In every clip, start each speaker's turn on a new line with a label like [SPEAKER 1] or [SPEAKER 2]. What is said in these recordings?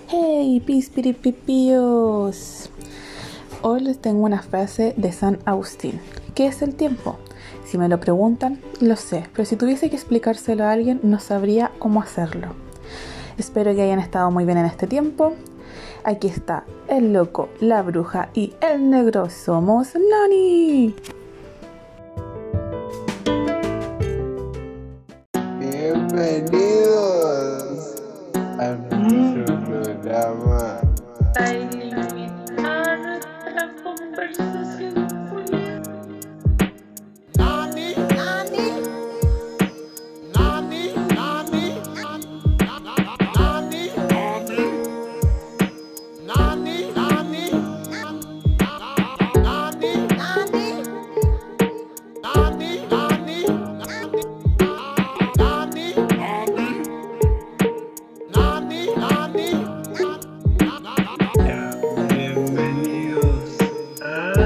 [SPEAKER 1] Hey, pispiripipíos. Hoy les tengo una frase de San Agustín. ¿Qué es el tiempo? Si me lo preguntan, lo sé, pero si tuviese que explicárselo a alguien, no sabría cómo hacerlo. Espero que hayan estado muy bien en este tiempo. Aquí está el loco, la bruja y el negro. Somos Nani.
[SPEAKER 2] Bienvenidos a nuestro programa.
[SPEAKER 3] A iluminar nuestra conversación, Julián.
[SPEAKER 2] Nani, Nani, Nani, Nani, Nani, Nani, Nani, bienvenidos a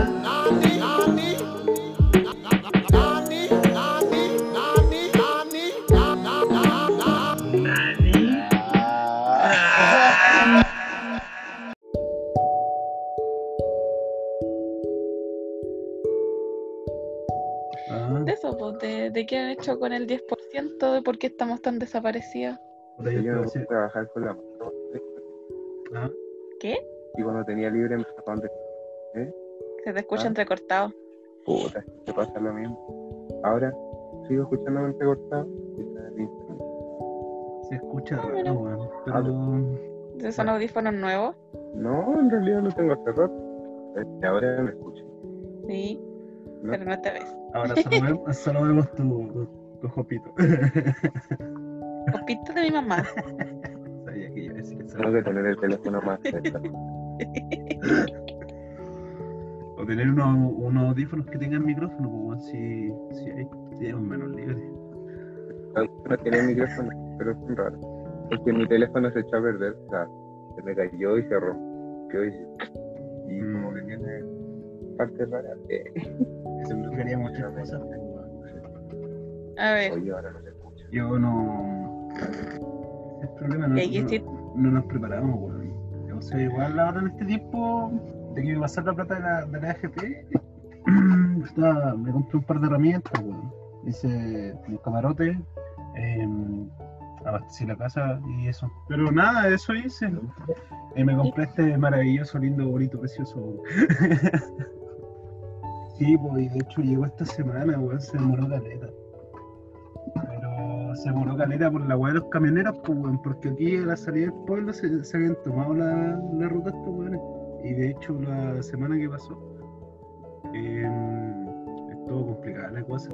[SPEAKER 3] De eso, pues, de qué han hecho con el 10%, de por qué estamos tan desaparecidos.
[SPEAKER 4] Yo me puse a trabajar con la mano.
[SPEAKER 3] ¿Qué?
[SPEAKER 4] Y cuando tenía libre me sacaban de...
[SPEAKER 3] Se te escucha
[SPEAKER 4] Ah.
[SPEAKER 3] entrecortado.
[SPEAKER 4] Puta, te pasa lo mismo. Ahora sigo escuchándome entrecortado. Quizás el internet.
[SPEAKER 5] Se escucha raro,
[SPEAKER 3] mira.
[SPEAKER 5] weón. Pero.
[SPEAKER 3] ¿De son audífonos nuevos?
[SPEAKER 4] No, en realidad lo tengo hace rato. Es que ahora me escucho.
[SPEAKER 3] Sí,
[SPEAKER 4] ¿No?
[SPEAKER 3] pero no esta vez.
[SPEAKER 5] Ahora solo vemos tu jopito.
[SPEAKER 3] Copito de mi mamá.
[SPEAKER 5] Sabía que iba a decir eso.
[SPEAKER 4] Tengo que tener el teléfono más cerca.
[SPEAKER 5] O tener unos audífonos que tengan micrófono, pues, weón, si hay un menos libre.
[SPEAKER 4] No tiene micrófono, pero son raros. Porque mi teléfono se echó a perder. O sea, se me cayó y se rompió. Y como que tiene partes raras.
[SPEAKER 5] Se explicaría muchas cosas, pues, weón.
[SPEAKER 3] A ver,
[SPEAKER 4] Oye, ahora no se escucha.
[SPEAKER 5] Yo no. El problema no,
[SPEAKER 3] ¿y qué hiciste?
[SPEAKER 5] no nos preparamos, weón. O sea, igual ahora en este tiempo de que iba a pasar la plata de la AFP, me compré un par de herramientas, weón. Hice un camarote, abastecí la casa y eso. Pero nada, eso hice. Y me compré este maravilloso, lindo, bonito, precioso. Sí, pues, y de hecho llegó esta semana, weón, se demoró caleta. Pero se demoró caleta por la weá de los camioneros, pues, weón, porque aquí a la salida del pueblo se habían tomado la ruta estos weones. Y de hecho la semana que pasó estuvo complicada la cosa.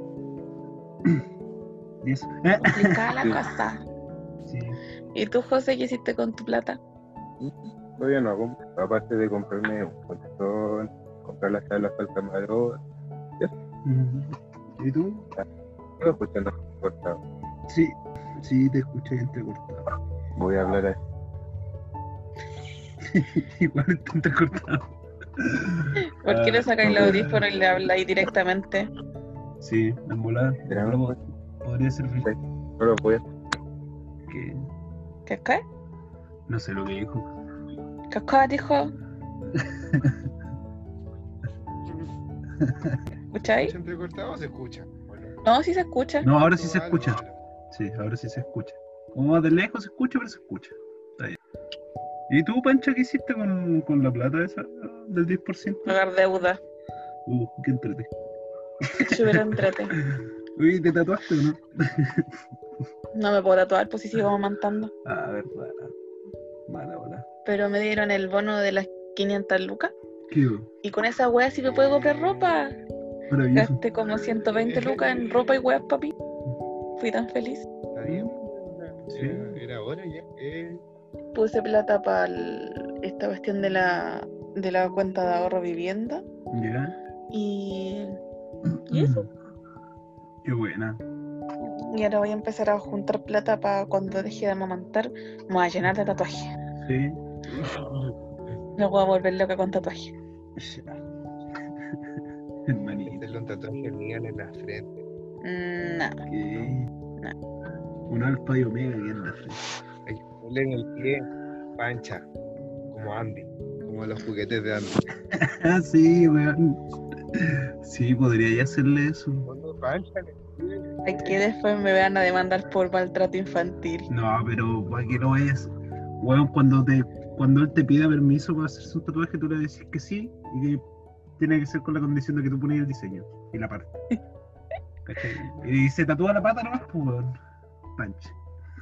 [SPEAKER 5] Y eso.
[SPEAKER 3] Complicada la cosa.
[SPEAKER 5] Sí.
[SPEAKER 3] ¿Y tú, José, qué hiciste con tu plata?
[SPEAKER 4] Todavía no hago. Aparte de comprarme un colchón, comprar las tablas para el camarógrafo,
[SPEAKER 5] ¿Y tú?
[SPEAKER 4] sigo escuchando cortado.
[SPEAKER 5] Sí, te escuché entrecortado.
[SPEAKER 4] Voy a hablar así.
[SPEAKER 5] Igual está entrecortado.
[SPEAKER 3] ¿Por qué le sacáis el
[SPEAKER 4] no.
[SPEAKER 3] audífono y le habláis directamente?
[SPEAKER 5] Sí, en volar.
[SPEAKER 4] Pero
[SPEAKER 5] Algo podría servir.
[SPEAKER 4] Sí. No lo voy a
[SPEAKER 5] Que
[SPEAKER 3] ¿Qué qué?
[SPEAKER 5] no sé lo que dijo.
[SPEAKER 3] ¿Qué qué dijo? ¿Escucháis?
[SPEAKER 2] ¿Se entrecortado o se escucha?
[SPEAKER 3] No, sí se escucha.
[SPEAKER 5] No, ahora sí se escucha. Sí, ahora sí se escucha. Como de lejos se escucha, pero se escucha. Está bien. ¿Y tú, Pancha, qué hiciste con la plata esa del 10%?
[SPEAKER 3] Pagar deuda.
[SPEAKER 5] Qué entrete.
[SPEAKER 3] Súper entrete.
[SPEAKER 5] Uy, ¿te tatuaste o no?
[SPEAKER 3] No me puedo tatuar, pues si sigo amamantando.
[SPEAKER 5] Ah, verdad. Mala bola.
[SPEAKER 3] Pero me dieron el bono de las 500 lucas.
[SPEAKER 5] ¿Qué hubo?
[SPEAKER 3] Y con esa wea sí me puedo comprar ropa.
[SPEAKER 5] Maravilloso.
[SPEAKER 3] Gasté como 120 lucas en ropa y weas, papi. Fui tan feliz.
[SPEAKER 2] ¿Está bien?
[SPEAKER 5] Sí.
[SPEAKER 2] Era hora ya.
[SPEAKER 3] Puse plata para esta cuestión de la cuenta de ahorro vivienda.
[SPEAKER 5] ¿Ya?
[SPEAKER 3] Y eso.
[SPEAKER 5] Qué buena.
[SPEAKER 3] Y ahora voy a empezar a juntar plata para cuando deje de amamantar. Me voy a llenar de tatuajes.
[SPEAKER 5] Sí.
[SPEAKER 3] Me voy a volver loca con tatuajes.
[SPEAKER 5] Hermanito.
[SPEAKER 2] Hacerle un tatuaje mío en la frente.
[SPEAKER 3] No.
[SPEAKER 5] ¿Qué?
[SPEAKER 3] No.
[SPEAKER 5] Un alfa y omega aquí en la frente.
[SPEAKER 2] Hay que ponerle en el pie, Pancha. como Andy, como los juguetes de Andy.
[SPEAKER 5] Ah, sí, weón. Sí, podría ya hacerle eso.
[SPEAKER 2] Cuando Pánchale,
[SPEAKER 3] Aquí después me van a demandar por maltrato infantil.
[SPEAKER 5] No, pero para que no vayas. Weón, cuando él te pida permiso para hacerse un tatuaje, tú le decís que sí, y que tiene que ser con la condición de que tú pones el diseño y la parte. ¿Cachai? Y se tatúa la pata nomás, pues, weón. Panche.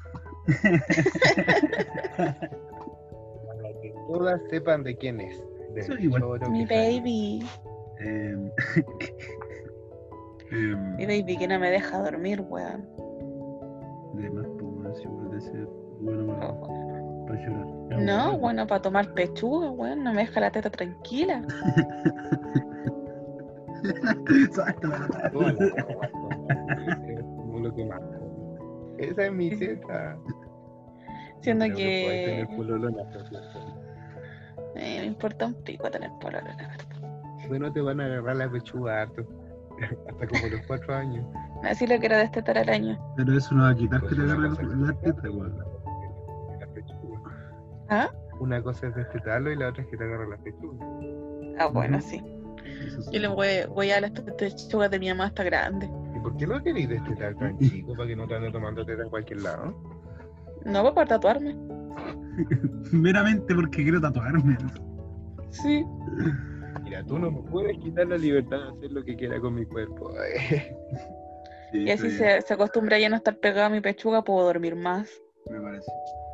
[SPEAKER 2] para que todas sepan de quién es. Del
[SPEAKER 5] Eso igual.
[SPEAKER 2] choro
[SPEAKER 3] Mi
[SPEAKER 2] que sale.
[SPEAKER 3] baby.
[SPEAKER 5] Em,
[SPEAKER 3] Mi baby que no me deja dormir, weón.
[SPEAKER 5] de más, pues, weón, si puede ser bueno para llorar. Ya,
[SPEAKER 3] No,
[SPEAKER 5] weón.
[SPEAKER 3] bueno, para tomar pechuga, weón. No me deja la teta tranquila.
[SPEAKER 5] Suéltala la pata.
[SPEAKER 2] Toda la ropa, es como lo que más. Esa es mi teta.
[SPEAKER 3] Siendo
[SPEAKER 2] No creo podáis
[SPEAKER 3] que
[SPEAKER 2] tener pololo en la sociedad.
[SPEAKER 3] me importa un pico tener pololo, la verdad.
[SPEAKER 2] Bueno, te van a agarrar la pechuga harto. Hasta como los 4 años.
[SPEAKER 3] Así lo quiero destetar al año.
[SPEAKER 5] Pero eso no va a quitar que
[SPEAKER 2] Pues
[SPEAKER 5] te
[SPEAKER 2] una
[SPEAKER 5] agarre
[SPEAKER 2] cosa es
[SPEAKER 5] la teta,
[SPEAKER 2] destetarlo,
[SPEAKER 5] weón.
[SPEAKER 2] la pechuga.
[SPEAKER 3] ¿Ah?
[SPEAKER 2] Una cosa es destetarlo y la otra es que te agarre la pechuga.
[SPEAKER 3] Ah, bueno,
[SPEAKER 5] Ujú.
[SPEAKER 3] sí.
[SPEAKER 5] Eso sí.
[SPEAKER 3] Yo le voy a las pechugas de mi mamá hasta grande.
[SPEAKER 2] ¿Y por qué no queréis destetar tan chico para que no te ande tomando teta en cualquier lado?
[SPEAKER 3] No, va para tatuarme.
[SPEAKER 5] Meramente porque quiero tatuarme.
[SPEAKER 3] Sí.
[SPEAKER 2] Mira, tú no me puedes quitar la libertad de hacer lo que quiera con mi cuerpo.
[SPEAKER 5] Sí,
[SPEAKER 3] Y así
[SPEAKER 5] está bien,
[SPEAKER 3] se acostumbra ya no estar pegada a mi pechuga, puedo dormir más.
[SPEAKER 5] me parece.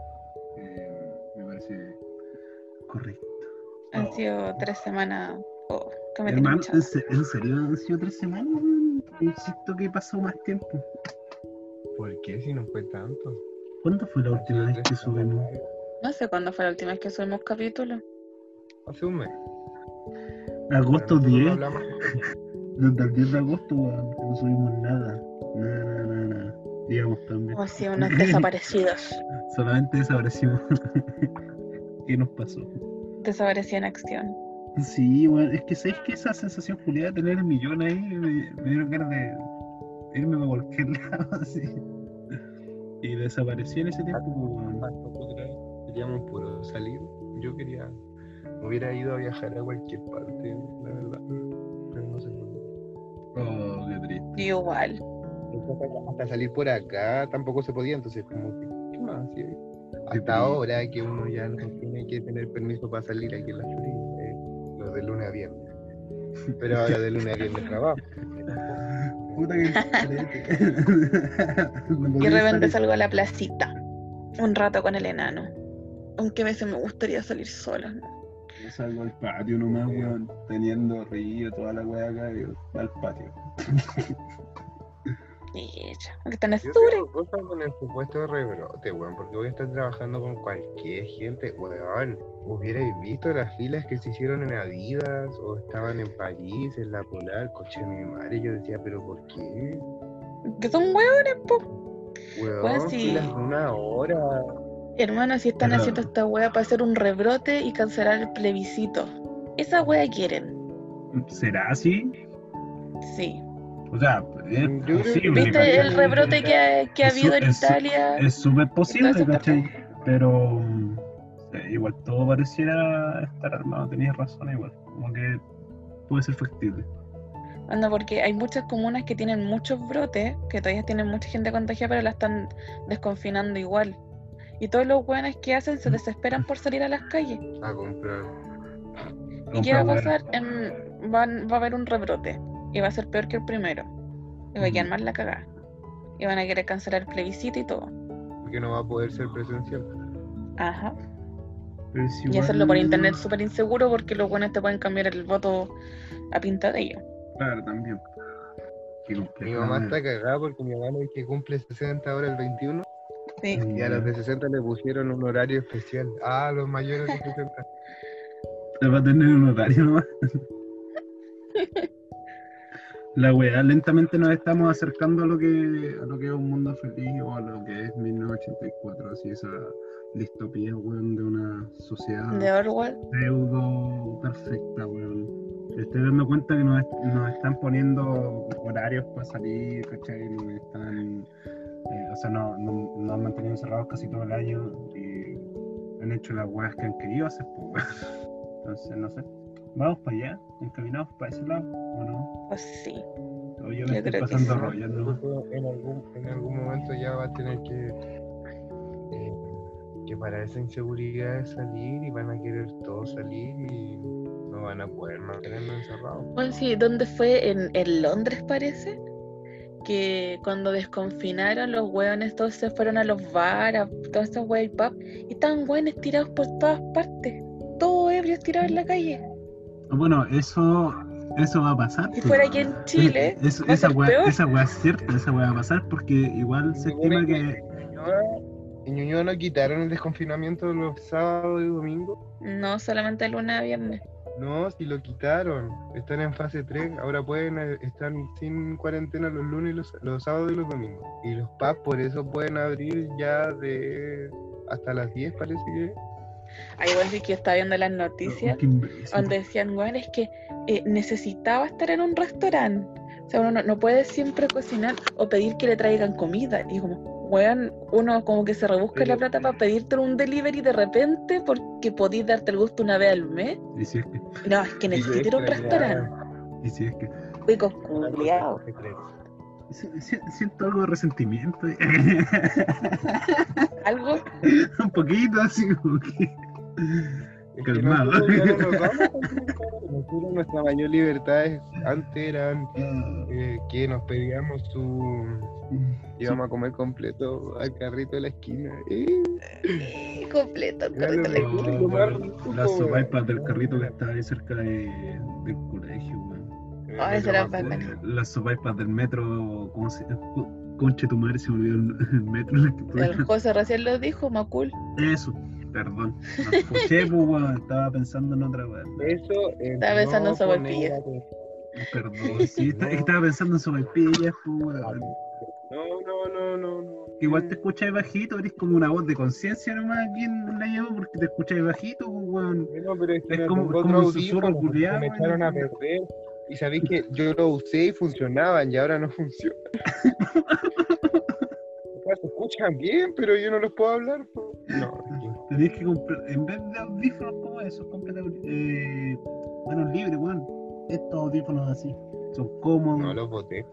[SPEAKER 5] Me parece correcto.
[SPEAKER 3] Han
[SPEAKER 5] Oh.
[SPEAKER 3] sido 3 semanas que me tienen
[SPEAKER 5] Hermano,
[SPEAKER 3] chata.
[SPEAKER 5] ¿en serio han sido 3 semanas? weón? Insisto que pasó más tiempo.
[SPEAKER 2] ¿Por qué si no fue tanto?
[SPEAKER 5] ¿Cuándo fue la última vez que subimos?
[SPEAKER 3] No sé cuándo fue la última vez que subimos capítulo.
[SPEAKER 2] Hace un mes.
[SPEAKER 5] Agosto
[SPEAKER 2] Pero nosotros
[SPEAKER 5] 10.
[SPEAKER 2] no hablamos.
[SPEAKER 5] Desde el 10 de agosto, weón, que no subimos nada. Nada. Digamos también.
[SPEAKER 3] Hemos sido unos desaparecidos.
[SPEAKER 5] Solamente desaparecimos. ¿Qué nos pasó?
[SPEAKER 3] Desaparecí en acción.
[SPEAKER 5] Sí, bueno, es que sabes que esa sensación Julián de tener el millón ahí me dieron ganas de irme a cualquier lado así. Y desaparecí en ese tiempo, pues, weón.
[SPEAKER 2] Queríamos puro salir. Yo quería. Me hubiera ido a viajar a cualquier parte, la verdad. Pero no se pudo.
[SPEAKER 5] Oh, qué triste.
[SPEAKER 3] Yo igual.
[SPEAKER 2] Hasta salir por acá tampoco se podía, entonces como que, ¿qué más? Sí.
[SPEAKER 5] Qué
[SPEAKER 2] Hasta ahora que uno ya no tiene que tener permiso para salir aquí en la Florida, lo de lunes a viernes. Pero ahora de lunes a viernes trabajo.
[SPEAKER 5] Puta que
[SPEAKER 3] Y de repente salgo a la placita. Un rato con el enano. Aunque a veces me gustaría salir sola, ¿no?
[SPEAKER 5] Yo salgo al patio nomás, weón, teniendo río, toda la weá acá, y al patio.
[SPEAKER 3] Y ya, aunque están
[SPEAKER 2] Yo
[SPEAKER 3] estures.
[SPEAKER 2] tengo cosas con el supuesto de rebrote, weón, porque voy a estar trabajando con cualquier gente, weón. Hubierais visto las filas que se hicieron en Adidas o estaban en París, en la Polar, coche de mi madre. Yo decía, ¿pero por qué?
[SPEAKER 3] Que son hueones, po.
[SPEAKER 2] Weón,
[SPEAKER 3] Pues sí.
[SPEAKER 2] filas de 1 hora.
[SPEAKER 3] Hermano, si están
[SPEAKER 5] Pero-
[SPEAKER 3] haciendo esta wea para hacer un rebrote y cancelar el plebiscito. Esa wea quieren.
[SPEAKER 5] ¿Será así?
[SPEAKER 3] Sí.
[SPEAKER 5] O sea, es
[SPEAKER 2] Yo creo que-
[SPEAKER 5] posible.
[SPEAKER 3] ¿Viste
[SPEAKER 5] ¿cachai?
[SPEAKER 3] el rebrote que ha habido en Italia?
[SPEAKER 5] Es súper posible,
[SPEAKER 3] Entonces,
[SPEAKER 5] ¿cachai? Pero igual todo pareciera estar armado, tenías razón igual. Como que puede ser factible.
[SPEAKER 3] Anda, porque hay muchas comunas que tienen muchos brotes, que todavía tienen mucha gente contagiada, pero la están desconfinando igual. Y todos los buenos que hacen se desesperan por salir a las calles.
[SPEAKER 2] A comprar.
[SPEAKER 3] ¿Y qué va a
[SPEAKER 5] Compra,
[SPEAKER 3] pasar? Va a haber un rebrote. Y va a ser peor que el primero. Y va a quedar más la cagada. Y van a querer cancelar el plebiscito y todo.
[SPEAKER 2] Porque no va a poder ser presencial.
[SPEAKER 3] Ajá.
[SPEAKER 5] pero es
[SPEAKER 3] Y
[SPEAKER 5] igual-
[SPEAKER 3] hacerlo por internet es súper inseguro porque los buenos te pueden cambiar el voto a pinta de ellos.
[SPEAKER 5] Claro, también. Qué
[SPEAKER 2] Mi
[SPEAKER 5] complejo,
[SPEAKER 2] mamá
[SPEAKER 5] la
[SPEAKER 2] está cagada porque mi mamá no es que cumple 60 ahora el 21
[SPEAKER 3] Sí.
[SPEAKER 5] wea.
[SPEAKER 2] y a los de 60 le pusieron un horario especial. Ah, los mayores de 60.
[SPEAKER 5] Te va a tener un horario nomás. La weá, lentamente nos estamos acercando a lo que es un mundo feliz o a lo que es 1984, así esa distopía, weón, de una sociedad
[SPEAKER 3] De Orwell.
[SPEAKER 5] pseudo perfecta, weón. Estoy dando cuenta que nos están poniendo horarios para salir, ¿cachai? Nos están, o sea, nos han mantenido encerrados casi todo el año y han hecho las weas que han querido hacer, pues, weón. Entonces, no sé. Vamos para allá, encaminados para ese lado, ¿o no?
[SPEAKER 3] Pues sí.
[SPEAKER 5] O yo
[SPEAKER 3] Yo
[SPEAKER 5] me estoy
[SPEAKER 3] creo que
[SPEAKER 5] pasando
[SPEAKER 3] sí.
[SPEAKER 5] rollo, ¿no?
[SPEAKER 2] En algún momento ya va a tener que para esa inseguridad de salir y van a querer todos salir y no van a poder mantenernos encerrados.
[SPEAKER 3] Bueno, sí, ¿dónde fue? En Londres parece. Que cuando desconfinaron los hueones todos se fueron a los bares, a todas estas weas y pub, y estaban hueones tirados por todas partes, todos ebrios tirados en la calle.
[SPEAKER 5] Bueno, eso va a pasar.
[SPEAKER 3] Si
[SPEAKER 5] pues.
[SPEAKER 3] fuera aquí en Chile, va a
[SPEAKER 5] esa
[SPEAKER 3] ser peor.
[SPEAKER 5] wea es cierta, esa wea va a pasar porque igual se estima que
[SPEAKER 2] ¿En Ñuñoa no quitaron el desconfinamiento los sábados y domingos?
[SPEAKER 3] No solamente el lunes a viernes.
[SPEAKER 2] No, si lo quitaron. Están en fase 3. Ahora pueden estar sin cuarentena los lunes, los sábados y los domingos. Y los pubs por eso pueden abrir ya de hasta las 10, parece que.
[SPEAKER 3] Ahí igual sí que estaba viendo las noticias
[SPEAKER 5] qué imbécil.
[SPEAKER 3] donde decían, weón, es que necesitaba estar en un restaurante. O sea, uno no puede siempre cocinar o pedir que le traigan comida. Y como, weón, uno como que se rebusca la plata para pedirte un delivery de repente porque podís darte el gusto una vez al mes.
[SPEAKER 5] Y si es que,
[SPEAKER 3] Y no, es que necesito ir a un restaurante.
[SPEAKER 5] y si es que
[SPEAKER 3] Cuicos culiados.
[SPEAKER 5] siento algo de resentimiento.
[SPEAKER 3] Algo.
[SPEAKER 5] Un poquito así como que
[SPEAKER 2] Es que
[SPEAKER 5] calmado.
[SPEAKER 2] nosotros ya no nos vamos a contentar. Nosotros, nuestra mayor libertad antes eran que nos pedíamos íbamos a comer completo al carrito de la esquina.
[SPEAKER 3] Completo.
[SPEAKER 2] Era lo mejor, lo más rico,
[SPEAKER 5] Las
[SPEAKER 2] weón.
[SPEAKER 5] sopaipas del carrito que está ahí cerca del colegio, weón.
[SPEAKER 3] Ay, será
[SPEAKER 2] Pero me
[SPEAKER 3] bacán.
[SPEAKER 5] Las sopaipas del metro, ¿cómo se Conche tu madre, se me olvidó el metro. en el que
[SPEAKER 3] El
[SPEAKER 5] estuve.
[SPEAKER 3] José recién lo dijo, Macul.
[SPEAKER 5] Eso, perdón. No escuché, pues, weón. Estaba pensando en otra weón.
[SPEAKER 2] Eso
[SPEAKER 3] Estaba pensando en sopaipillas.
[SPEAKER 5] Perdón, sí, estaba pensando en sopaipillas, pues, weón.
[SPEAKER 2] No.
[SPEAKER 5] Igual te escucháis bajito, eres como una voz de conciencia nomás aquí en la llama porque te escucháis bajito, pues, weón.
[SPEAKER 2] No, pero es que
[SPEAKER 5] Es
[SPEAKER 2] no
[SPEAKER 5] como-
[SPEAKER 2] tengo
[SPEAKER 5] como
[SPEAKER 2] otro
[SPEAKER 5] un susurro
[SPEAKER 2] audífono,
[SPEAKER 5] culiao,
[SPEAKER 2] me
[SPEAKER 5] weón.
[SPEAKER 2] echaron a perder. Y sabéis que yo lo usé y funcionaban, y ahora no funcionan. O sea, se escuchan bien, pero yo no los puedo hablar. Po. No,
[SPEAKER 5] Tenéis que comprar, en vez de audífonos como esos, cómprate manos libres, weón. Estos audífonos así, son cómodos.
[SPEAKER 2] no los boté.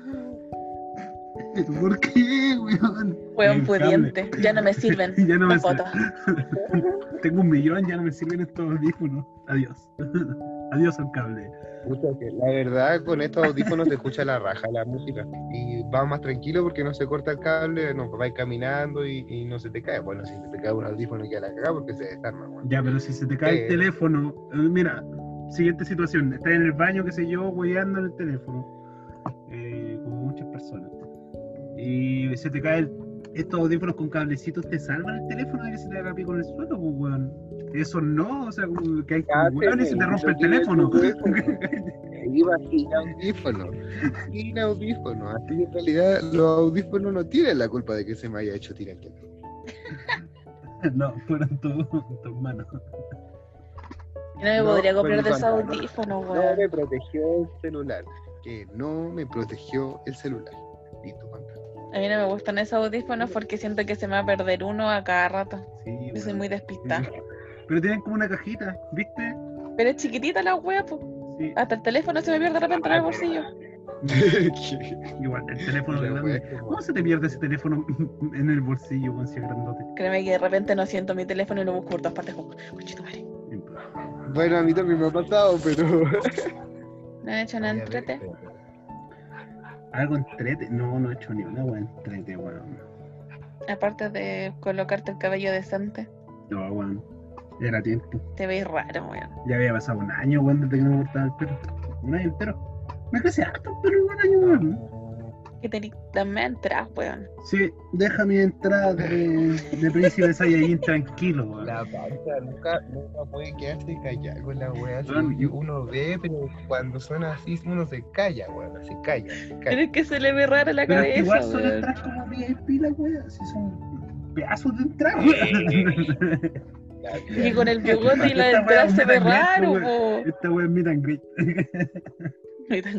[SPEAKER 5] ¿Por qué, weón?
[SPEAKER 3] Weón
[SPEAKER 5] Inflable.
[SPEAKER 3] pudiente. Ya no me sirven.
[SPEAKER 5] Ya no me
[SPEAKER 3] Las fotos.
[SPEAKER 5] Tengo 1 millón, ya no me sirven estos audífonos. Adiós. Adiós al cable.
[SPEAKER 2] Pucha, que la verdad, con estos audífonos se escucha la raja la música. Y va más tranquilo porque no se corta el cable, no vais caminando y no se te cae. Bueno, si se te cae un audífono ya la cagada porque se desarma. Bueno.
[SPEAKER 5] Ya, pero si se te cae el teléfono, mira, siguiente situación, estás en el baño, qué sé yo, weyando en el teléfono, como muchas personas, y se te cae estos audífonos con cablecitos, ¿te salvan el teléfono de que se te haga pico en el suelo, pues, weón? Eso no, o sea, como que hay como weón y se te rompe el teléfono.
[SPEAKER 2] Iba sin audífono. Sin audífono. Así que en realidad los audífonos no tienen la culpa de que se me haya hecho tirar el teléfono.
[SPEAKER 5] No, fueron tus manos.
[SPEAKER 3] Yo no me
[SPEAKER 2] No,
[SPEAKER 3] podría
[SPEAKER 2] fue
[SPEAKER 3] comprar
[SPEAKER 2] mi
[SPEAKER 3] de esos
[SPEAKER 2] pantalón.
[SPEAKER 3] audífonos,
[SPEAKER 2] No
[SPEAKER 3] weón.
[SPEAKER 2] me protegió el celular. Que no me protegió el celular. Listo, pantalón.
[SPEAKER 3] A mí no me gustan esos audífonos porque siento que se me va a perder uno a cada rato.
[SPEAKER 5] Sí,
[SPEAKER 3] Yo soy
[SPEAKER 5] weón.
[SPEAKER 3] muy despistada.
[SPEAKER 5] Pero tienen como una cajita, ¿viste?
[SPEAKER 3] Pero es chiquitita la wea, pues.
[SPEAKER 5] Sí.
[SPEAKER 3] Hasta el teléfono se me pierde de repente en el bolsillo.
[SPEAKER 5] Igual, el teléfono
[SPEAKER 2] La
[SPEAKER 5] grande.
[SPEAKER 2] wea es como-
[SPEAKER 5] ¿Cómo se te pierde ese teléfono en el bolsillo, con si es grandote?
[SPEAKER 3] Créeme que de repente no siento mi teléfono y lo busco por todas partes como, conchito madre.
[SPEAKER 2] Bueno, a mí también me ha pasado, pero.
[SPEAKER 3] No han hecho nada entrete.
[SPEAKER 5] ¿Algo entrete? No, no he hecho ni una wea entrete, weón.
[SPEAKER 3] Aparte de colocarte el cabello decente,
[SPEAKER 5] No, weón. Ya era tiempo.
[SPEAKER 3] te veis raro, weón.
[SPEAKER 5] Ya había pasado 1 año, weón, desde que no me cortaba el pelo. 1 año entero. Me crecí harto el pelo en 1 año, weón.
[SPEAKER 3] Que te dame entras, weón.
[SPEAKER 5] Sí, deja mi entrada de príncipe Saiyajin tranquilo, weón.
[SPEAKER 2] La panza nunca puede quedarse callada con la wea. Así,
[SPEAKER 5] Weón.
[SPEAKER 2] uno ve, pero cuando suena así, uno se calla, weón. Se calla.
[SPEAKER 3] Pero es que se le ve rara la
[SPEAKER 5] Pero es que igual
[SPEAKER 3] cabeza,
[SPEAKER 5] son
[SPEAKER 3] weón.
[SPEAKER 5] entradas como VIP, la weón. Si son pedazos de entrada, weón.
[SPEAKER 3] Y con el bigote y la
[SPEAKER 5] Esta wea
[SPEAKER 3] entrada
[SPEAKER 5] es
[SPEAKER 3] se
[SPEAKER 5] un
[SPEAKER 3] ve
[SPEAKER 5] meet and
[SPEAKER 3] raro,
[SPEAKER 5] greet,
[SPEAKER 3] po.
[SPEAKER 5] Esta weón es meet and greet.
[SPEAKER 3] Ay, tan-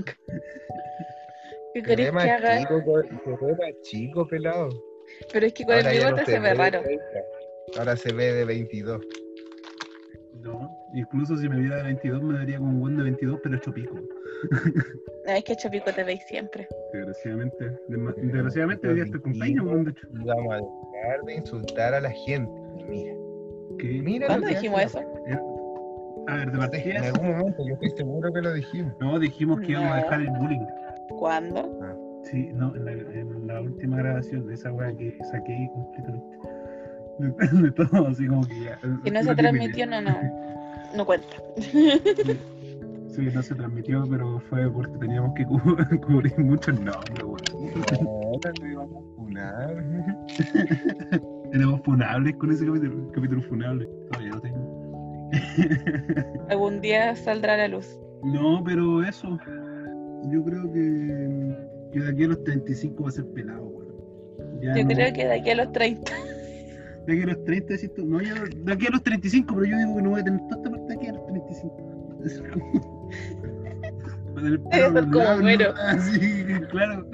[SPEAKER 3] ¿Qué
[SPEAKER 2] Se ve
[SPEAKER 3] querés
[SPEAKER 2] más
[SPEAKER 3] que haga?
[SPEAKER 2] chico, se ve más chico, pelado.
[SPEAKER 3] Pero es que con el
[SPEAKER 2] Ahora ya
[SPEAKER 3] bigote
[SPEAKER 2] no
[SPEAKER 3] se ve
[SPEAKER 2] ve
[SPEAKER 3] raro.
[SPEAKER 2] cerca. Ahora se ve de 22.
[SPEAKER 5] No, incluso si me viera de 22 me daría como un buen de 22, pero hecho pico.
[SPEAKER 3] No, es que Chopico te veis siempre.
[SPEAKER 5] Desgraciadamente hoy día estoy con peña, weón, de hecho.
[SPEAKER 2] Vamos a dejar de insultar a la gente. Mira,
[SPEAKER 5] ¿Qué?
[SPEAKER 2] mira
[SPEAKER 3] ¿Cuándo
[SPEAKER 2] lo que
[SPEAKER 3] dijimos
[SPEAKER 2] hace
[SPEAKER 3] eso?
[SPEAKER 5] A ver, de
[SPEAKER 2] la- En
[SPEAKER 5] partida.
[SPEAKER 2] algún momento, yo estoy seguro que lo dijimos.
[SPEAKER 5] No, dijimos que íbamos a
[SPEAKER 3] No.
[SPEAKER 5] dejar el bullying.
[SPEAKER 3] ¿Cuándo?
[SPEAKER 5] Sí, no, en la última grabación de esa weá que saqué completamente. De todo, así como que ya.
[SPEAKER 3] Si no
[SPEAKER 5] lo
[SPEAKER 3] se
[SPEAKER 5] eliminé.
[SPEAKER 3] transmitió, no cuenta.
[SPEAKER 5] Sí, no se transmitió, pero fue porque teníamos que cubrir muchos nombres, weón.
[SPEAKER 2] No, no íbamos a funar.
[SPEAKER 5] Éramos funables con ese capítulo funable. Todavía lo tengo.
[SPEAKER 3] Algún día saldrá a la luz.
[SPEAKER 5] No, pero eso. Yo creo que de aquí a los 35 va a ser pelado, weón. Ya
[SPEAKER 3] Yo
[SPEAKER 5] no-
[SPEAKER 3] creo que de aquí a los 30.
[SPEAKER 5] De aquí a los 30, decís tú. No, yo de aquí a los 35, pero yo digo que no voy a tener toda esta parte de aquí a los 35. Es como- Va a tener
[SPEAKER 3] Debe
[SPEAKER 5] pelo a
[SPEAKER 3] ser
[SPEAKER 5] los
[SPEAKER 3] como
[SPEAKER 5] lados,
[SPEAKER 3] Homero.
[SPEAKER 5] ¿no? Así, claro.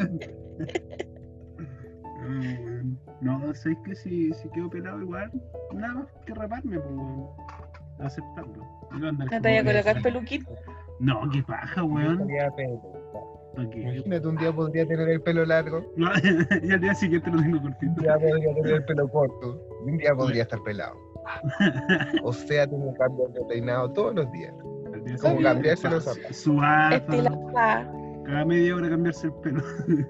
[SPEAKER 5] No, ¿sabes qué? Si quedo pelado igual, nada más que raparme, pues, weón. Aceptarlo. Yo voy a andar
[SPEAKER 3] ¿No te voy a
[SPEAKER 5] como-
[SPEAKER 3] colocar peluquín?
[SPEAKER 5] No, qué paja,
[SPEAKER 2] Yo
[SPEAKER 5] weón.
[SPEAKER 2] estaría pelo.
[SPEAKER 5] ¿Para qué?
[SPEAKER 2] Imagínate, un día podría tener el pelo largo,
[SPEAKER 5] No, y al día siguiente lo tengo
[SPEAKER 2] un
[SPEAKER 5] cortito.
[SPEAKER 2] día podría tener el pelo corto, y un día podría estar pelado. O sea, tengo que cambiar de peinado todos los días.
[SPEAKER 5] Al día
[SPEAKER 2] Como
[SPEAKER 5] siguiente,
[SPEAKER 2] cambiarse los zapatos.
[SPEAKER 5] Suazo.
[SPEAKER 3] Estilaza.
[SPEAKER 5] Cada media hora cambiarse el pelo.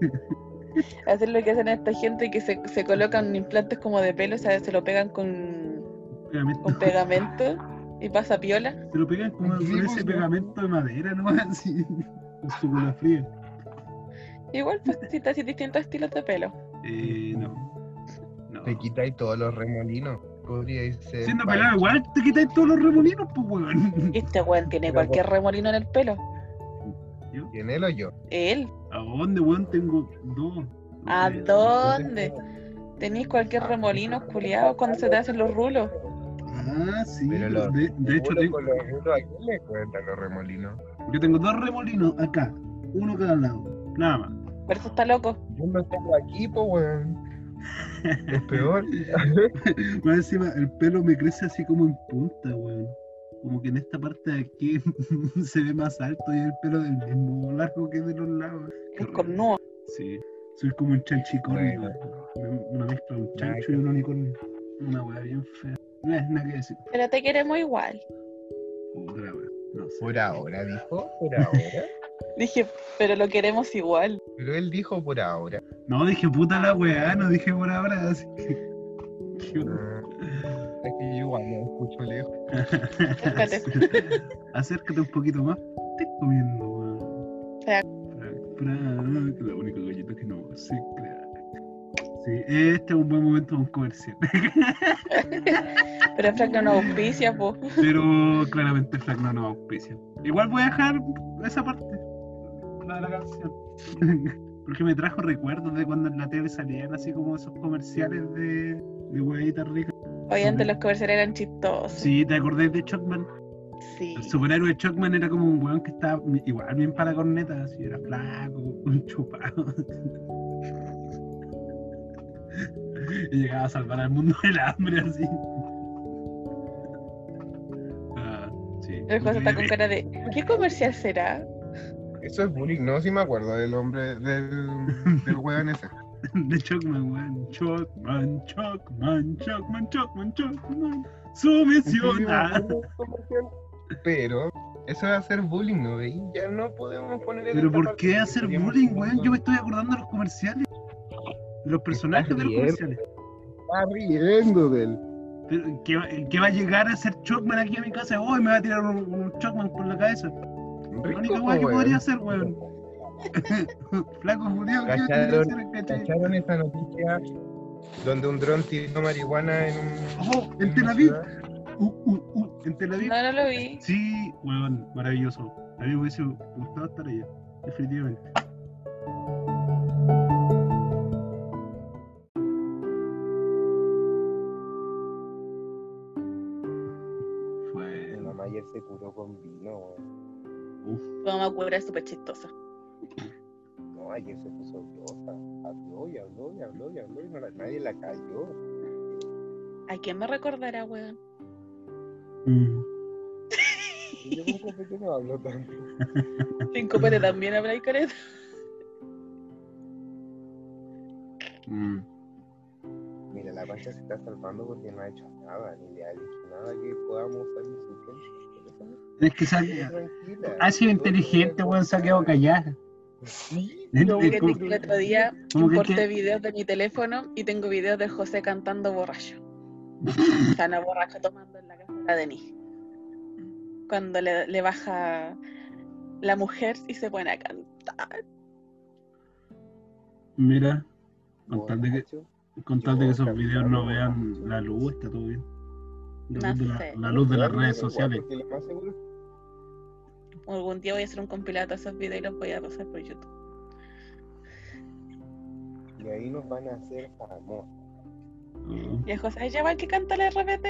[SPEAKER 3] Hacer lo que hacen esta gente que se colocan implantes como de pelo, o sea, se lo pegan con
[SPEAKER 5] Pegamento.
[SPEAKER 3] pegamento y pasa piola.
[SPEAKER 5] Se lo pegan como
[SPEAKER 2] Sí,
[SPEAKER 5] con
[SPEAKER 2] pues,
[SPEAKER 5] ese
[SPEAKER 2] no.
[SPEAKER 5] pegamento de madera, ¿no? Así. Con su cola fría.
[SPEAKER 3] Igual, pues, si te haces distintos estilos de pelo.
[SPEAKER 5] No. No.
[SPEAKER 2] Te quitáis todos los remolinos. Podríais ser.
[SPEAKER 5] Siendo
[SPEAKER 2] Pancho.
[SPEAKER 5] pelado igual te quitáis todos los remolinos, pues, weón.
[SPEAKER 3] Y este weón tiene
[SPEAKER 2] Pero
[SPEAKER 3] cualquier remolino en el pelo.
[SPEAKER 5] ¿Yo?
[SPEAKER 2] ¿Quién él o yo?
[SPEAKER 3] Él.
[SPEAKER 5] ¿A dónde, weón? Tengo dos.
[SPEAKER 3] ¿A dónde? Tenéis cualquier remolino, culiado, cuando se te hacen los rulos.
[SPEAKER 5] Ah, sí.
[SPEAKER 2] Pero los
[SPEAKER 5] De hecho,
[SPEAKER 2] rulos con los rulos, ¿a quién le cuentan los remolinos?
[SPEAKER 5] yo tengo dos remolinos acá. Uno cada lado. Nada más.
[SPEAKER 3] Por eso está loco.
[SPEAKER 2] Yo los tengo aquí, pues, weón. Es peor.
[SPEAKER 5] Más encima, el pelo me crece así como en punta, weón. Como que en esta parte de aquí se ve más alto y el pelo del mismo largo que de los lados. Qué
[SPEAKER 3] Es
[SPEAKER 5] horrible.
[SPEAKER 3] cornudo.
[SPEAKER 5] Sí. Soy como un chanchicornio.
[SPEAKER 2] Bueno.
[SPEAKER 5] Una mezcla de un
[SPEAKER 2] Nada
[SPEAKER 5] chancho
[SPEAKER 2] que
[SPEAKER 5] y un unicornio. Una weá bien fea. No es nada que decir.
[SPEAKER 3] Pero te queremos igual.
[SPEAKER 5] Otra weá. No sé.
[SPEAKER 2] Por ahora, dijo. Por ahora.
[SPEAKER 3] Dije, pero lo queremos igual.
[SPEAKER 2] Pero él dijo por ahora.
[SPEAKER 5] No, dije puta la weá, no dije por ahora, así que. Qué
[SPEAKER 2] Es que yo igual no escucho lejos.
[SPEAKER 3] Acércate.
[SPEAKER 5] Acércate un poquito más. Estoy comiendo, weón.
[SPEAKER 3] Frac.
[SPEAKER 5] Frac, la única galleta que no se crea. Sí, este es un buen momento para un comercial.
[SPEAKER 3] Pero Frank no nos auspicia, po.
[SPEAKER 5] Pero claramente Flack no nos auspicia. Igual voy a dejar esa parte, la de la canción. Porque me trajo recuerdos de cuando en la tele salían así como esos comerciales de huevitas ricas.
[SPEAKER 3] Hoy antes los comerciales eran chistosos.
[SPEAKER 5] Sí, ¿te acordás de Chuckman?
[SPEAKER 3] Sí.
[SPEAKER 5] El superhéroe Chuckman era como un weón que estaba igual bien para la corneta, así era flaco, un chupado. Y llegaba a salvar al mundo del hambre así. Ah, sí.
[SPEAKER 3] El José está con cara de, ¿qué comercial será?
[SPEAKER 2] Eso es bullying, no, sí me acuerdo del hombre, del weón ese.
[SPEAKER 5] De Chuckman, weón. Chuckman. Su misión.
[SPEAKER 2] Pero eso va a ser bullying, ¿no veis? Ya no podemos poner en
[SPEAKER 5] Pero
[SPEAKER 2] esta
[SPEAKER 5] ¿por
[SPEAKER 2] parte
[SPEAKER 5] qué
[SPEAKER 2] porque
[SPEAKER 5] hacer
[SPEAKER 2] estaríamos
[SPEAKER 5] bullying, weón?
[SPEAKER 2] hablando-
[SPEAKER 5] Yo me estoy acordando de los comerciales. Los personajes de los
[SPEAKER 2] riendo.
[SPEAKER 5] comerciales.
[SPEAKER 2] Está riendo de él.
[SPEAKER 5] Pero, ¿qué va a llegar a ser Chuckman aquí a mi casa? Hoy me va a tirar un Chuckman por la cabeza. La única weá que podría hacer, weón. Flaco Julián, ¿qué
[SPEAKER 2] ¿Cacharon,
[SPEAKER 5] podría hacer, cachai?
[SPEAKER 2] ¿Cacharon esa noticia donde un dron tiró marihuana en un...
[SPEAKER 5] Oh, en
[SPEAKER 2] en
[SPEAKER 5] Tel
[SPEAKER 2] una
[SPEAKER 5] Aviv.
[SPEAKER 2] ciudad?
[SPEAKER 5] En Tel Aviv.
[SPEAKER 3] No lo vi.
[SPEAKER 5] Sí, weón, maravilloso. A mí me hubiese gustado estar allá, definitivamente. Fue.
[SPEAKER 2] Mi mamá ayer se curó con vino, weón.
[SPEAKER 5] Uf,
[SPEAKER 3] Tu mamá cura es súper chistosa.
[SPEAKER 2] No, ayer se puso diosa. Habló y habló y habló y habló y nadie la cayó.
[SPEAKER 3] ¿A quién me recordará, weón?
[SPEAKER 2] Y yo con copete no hablo tanto.
[SPEAKER 3] Sin copete también habláis con eso.
[SPEAKER 2] Mira, la Pancha se está salvando porque no ha hecho nada, ni le ha dicho nada que podamos usar en su tiempo.
[SPEAKER 5] Es que ha sido inteligente, weón, se ha quedado callada.
[SPEAKER 2] Sí,
[SPEAKER 5] No,
[SPEAKER 3] Fíjate
[SPEAKER 5] como-
[SPEAKER 3] que el otro día
[SPEAKER 5] como que-
[SPEAKER 3] importé videos de mi teléfono y tengo videos de José cantando borracho. O sea, no borracho, tomando en la casa de la Denise. Cuando le baja la mujer y se pone a cantar.
[SPEAKER 5] Mira, con tal de que
[SPEAKER 2] Yo
[SPEAKER 5] esos videos no
[SPEAKER 2] cantando
[SPEAKER 5] vean
[SPEAKER 2] borracho.
[SPEAKER 5] la luz, está todo bien.
[SPEAKER 3] No sé.
[SPEAKER 5] La luz de las
[SPEAKER 2] Igual,
[SPEAKER 5] redes
[SPEAKER 2] igual,
[SPEAKER 5] sociales.
[SPEAKER 2] porque lo más seguro es
[SPEAKER 3] Algún día voy a hacer un compilado de esos videos y los voy a pasar por YouTube.
[SPEAKER 2] que ahí nos van a hacer famosos.
[SPEAKER 5] Oh,
[SPEAKER 3] Y el José, ya va el que canta el RBT.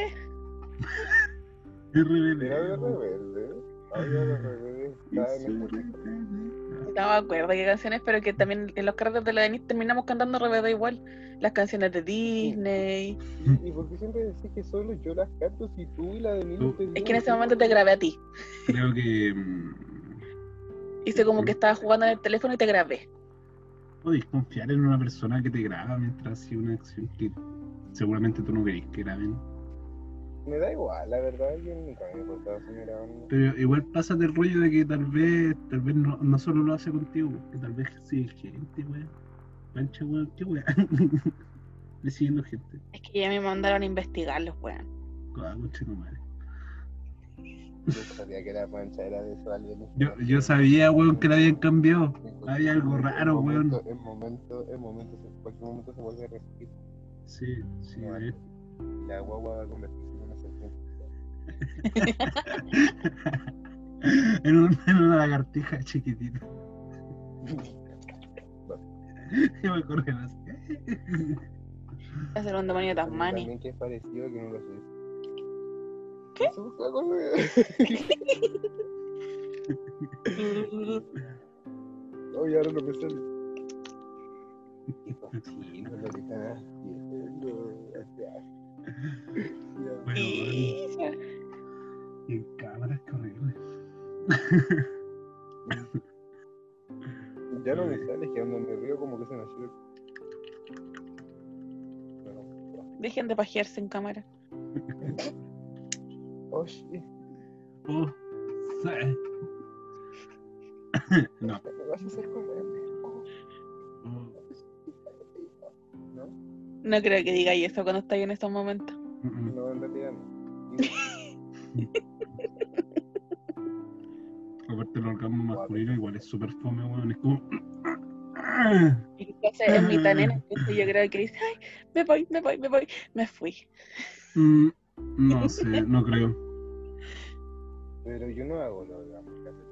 [SPEAKER 5] RBD.
[SPEAKER 2] Era de rebelde. Había de rebelde. Estaba en este disco.
[SPEAKER 3] No me acuerdo qué canciones, pero que también en los carretes de la Denise terminamos cantando RBD igual. Las canciones de Disney.
[SPEAKER 2] ¿Y por qué siempre decís que solo yo las canto si tú y la de mí no te
[SPEAKER 3] Es que en ese momento te grabé a ti.
[SPEAKER 5] Creo que
[SPEAKER 3] Hice como que estaba jugando en el teléfono y te grabé.
[SPEAKER 5] podéis confiar en una persona que te graba mientras hace una acción que seguramente tú no querés que graben.
[SPEAKER 2] Me da igual, la verdad, yo nunca me he importado si me graban.
[SPEAKER 5] Pero igual pasa del rollo de que tal vez no solo lo hace contigo, que tal vez sí es gente, weón. Pancha, weón, qué weón. Le siguiendo gente.
[SPEAKER 3] Es que ya me mandaron a investigarlos, weón.
[SPEAKER 5] Ah, concha tu madre.
[SPEAKER 2] Yo sabía que la Pancha era de esos alienígenas.
[SPEAKER 5] Yo sabía, weón, que la habían cambiado. Había algo raro,
[SPEAKER 2] En
[SPEAKER 5] weón.
[SPEAKER 2] cualquier momento se vuelve a repetir.
[SPEAKER 5] Sí, sí,
[SPEAKER 2] No,
[SPEAKER 5] eh.
[SPEAKER 2] La guagua va a convertirse en una serpiente.
[SPEAKER 5] en una lagartija chiquitita. Y me corren así.
[SPEAKER 3] Va a ser un demonio
[SPEAKER 2] A mí
[SPEAKER 3] Tasmania.
[SPEAKER 2] también que es parecido que no lo sé.
[SPEAKER 3] ¿Qué?
[SPEAKER 2] Eso fue algo de- Oye, ahora no me sale. Cochino lo que están haciendo.
[SPEAKER 5] Bueno,
[SPEAKER 3] Y-
[SPEAKER 5] y en cámara, qué horrible.
[SPEAKER 2] Ya no me sale, es que cuando me río como que se me sube.
[SPEAKER 3] Dejen de pajearse en cámara.
[SPEAKER 2] Oye,
[SPEAKER 5] Oh, sí. No.
[SPEAKER 2] me vas a hacer comerme.
[SPEAKER 5] Oh,
[SPEAKER 2] ¿No?
[SPEAKER 3] No creo que digáis eso cuando estáis en estos momentos.
[SPEAKER 2] No, en realidad no.
[SPEAKER 5] Aparte el orgasmo masculino igual es súper fome, weón. Es como.
[SPEAKER 3] Y entonces es mitad nena, entonces yo creo que dice, ay, me voy, me fui.
[SPEAKER 5] No sé, no creo.
[SPEAKER 2] Pero yo no hago lo de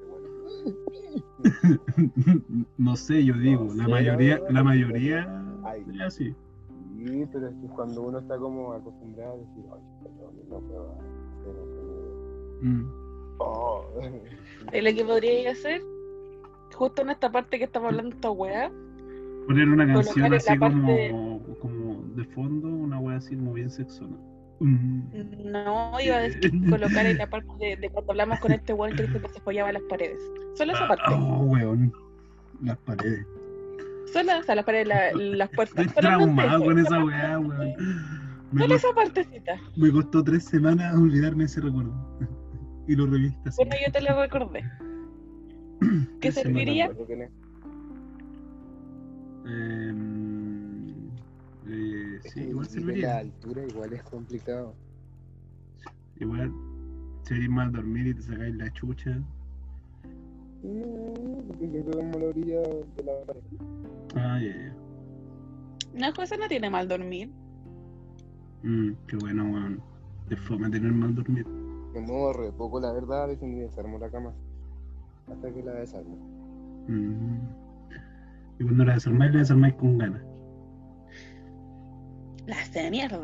[SPEAKER 2] este bueno.
[SPEAKER 5] No sé, yo digo,
[SPEAKER 2] No
[SPEAKER 5] la
[SPEAKER 2] sé,
[SPEAKER 5] mayoría
[SPEAKER 2] Ay.
[SPEAKER 5] es así.
[SPEAKER 2] Sí, pero es que cuando uno está como acostumbrado a decir, ay, perdón, no puedo hacer eso.
[SPEAKER 5] Mm.
[SPEAKER 2] Oh.
[SPEAKER 3] Es lo que podríais hacer, justo en esta parte que estamos hablando de esta weá,
[SPEAKER 5] Poner una
[SPEAKER 3] Colocar
[SPEAKER 5] canción
[SPEAKER 3] en la
[SPEAKER 5] así
[SPEAKER 3] parte-
[SPEAKER 5] como de fondo, una wea así como bien sexona.
[SPEAKER 3] no iba a decir colocar en la parte de cuando hablamos con este weón que dice que se follaba las paredes. Solo esa parte.
[SPEAKER 5] Oh, weón. Las paredes.
[SPEAKER 3] Solo, o sea, las paredes, las puertas.
[SPEAKER 5] Estoy
[SPEAKER 3] Solamente
[SPEAKER 5] traumado
[SPEAKER 3] eso,
[SPEAKER 5] con
[SPEAKER 3] esa
[SPEAKER 5] esa
[SPEAKER 3] parte.
[SPEAKER 5] weá, weón.
[SPEAKER 3] Solo esa partecita.
[SPEAKER 5] Me costó 3 semanas olvidarme ese recuerdo. Y lo reviste así.
[SPEAKER 3] Bueno, yo te lo recordé. ¿Qué
[SPEAKER 5] 3
[SPEAKER 3] serviría?
[SPEAKER 5] semanas.
[SPEAKER 2] Lo que ne- es
[SPEAKER 5] Sí,
[SPEAKER 2] que
[SPEAKER 5] igual
[SPEAKER 2] vivir en la
[SPEAKER 5] serviría.
[SPEAKER 2] altura igual es complicado.
[SPEAKER 5] Igual, si eres mal dormir y te sacáis la chucha.
[SPEAKER 2] No, porque siempre como la orilla de la pared.
[SPEAKER 5] Ah, ya.
[SPEAKER 3] No, José no tiene mal dormir.
[SPEAKER 5] Qué bueno, weón. Te fome tener mal dormir.
[SPEAKER 2] Me muevo re poco, la verdad, a veces ni desarmo la cama. Hasta que la desarmo.
[SPEAKER 5] Y cuando la desarmáis con ganas.
[SPEAKER 3] La hace de mierda.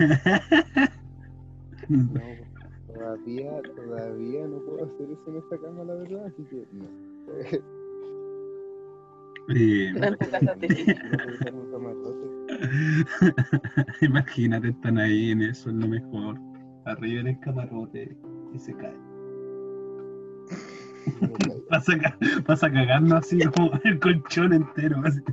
[SPEAKER 2] No, todavía no puedo hacer eso en esta cama, la verdad, así que no.
[SPEAKER 3] No en tu casa es difícil.
[SPEAKER 2] No puedo usar un camarote.
[SPEAKER 5] Imagínate, están ahí en eso, es lo mejor. Arriba en el camarote y se cae. Pasa cagando así como el colchón entero. Así.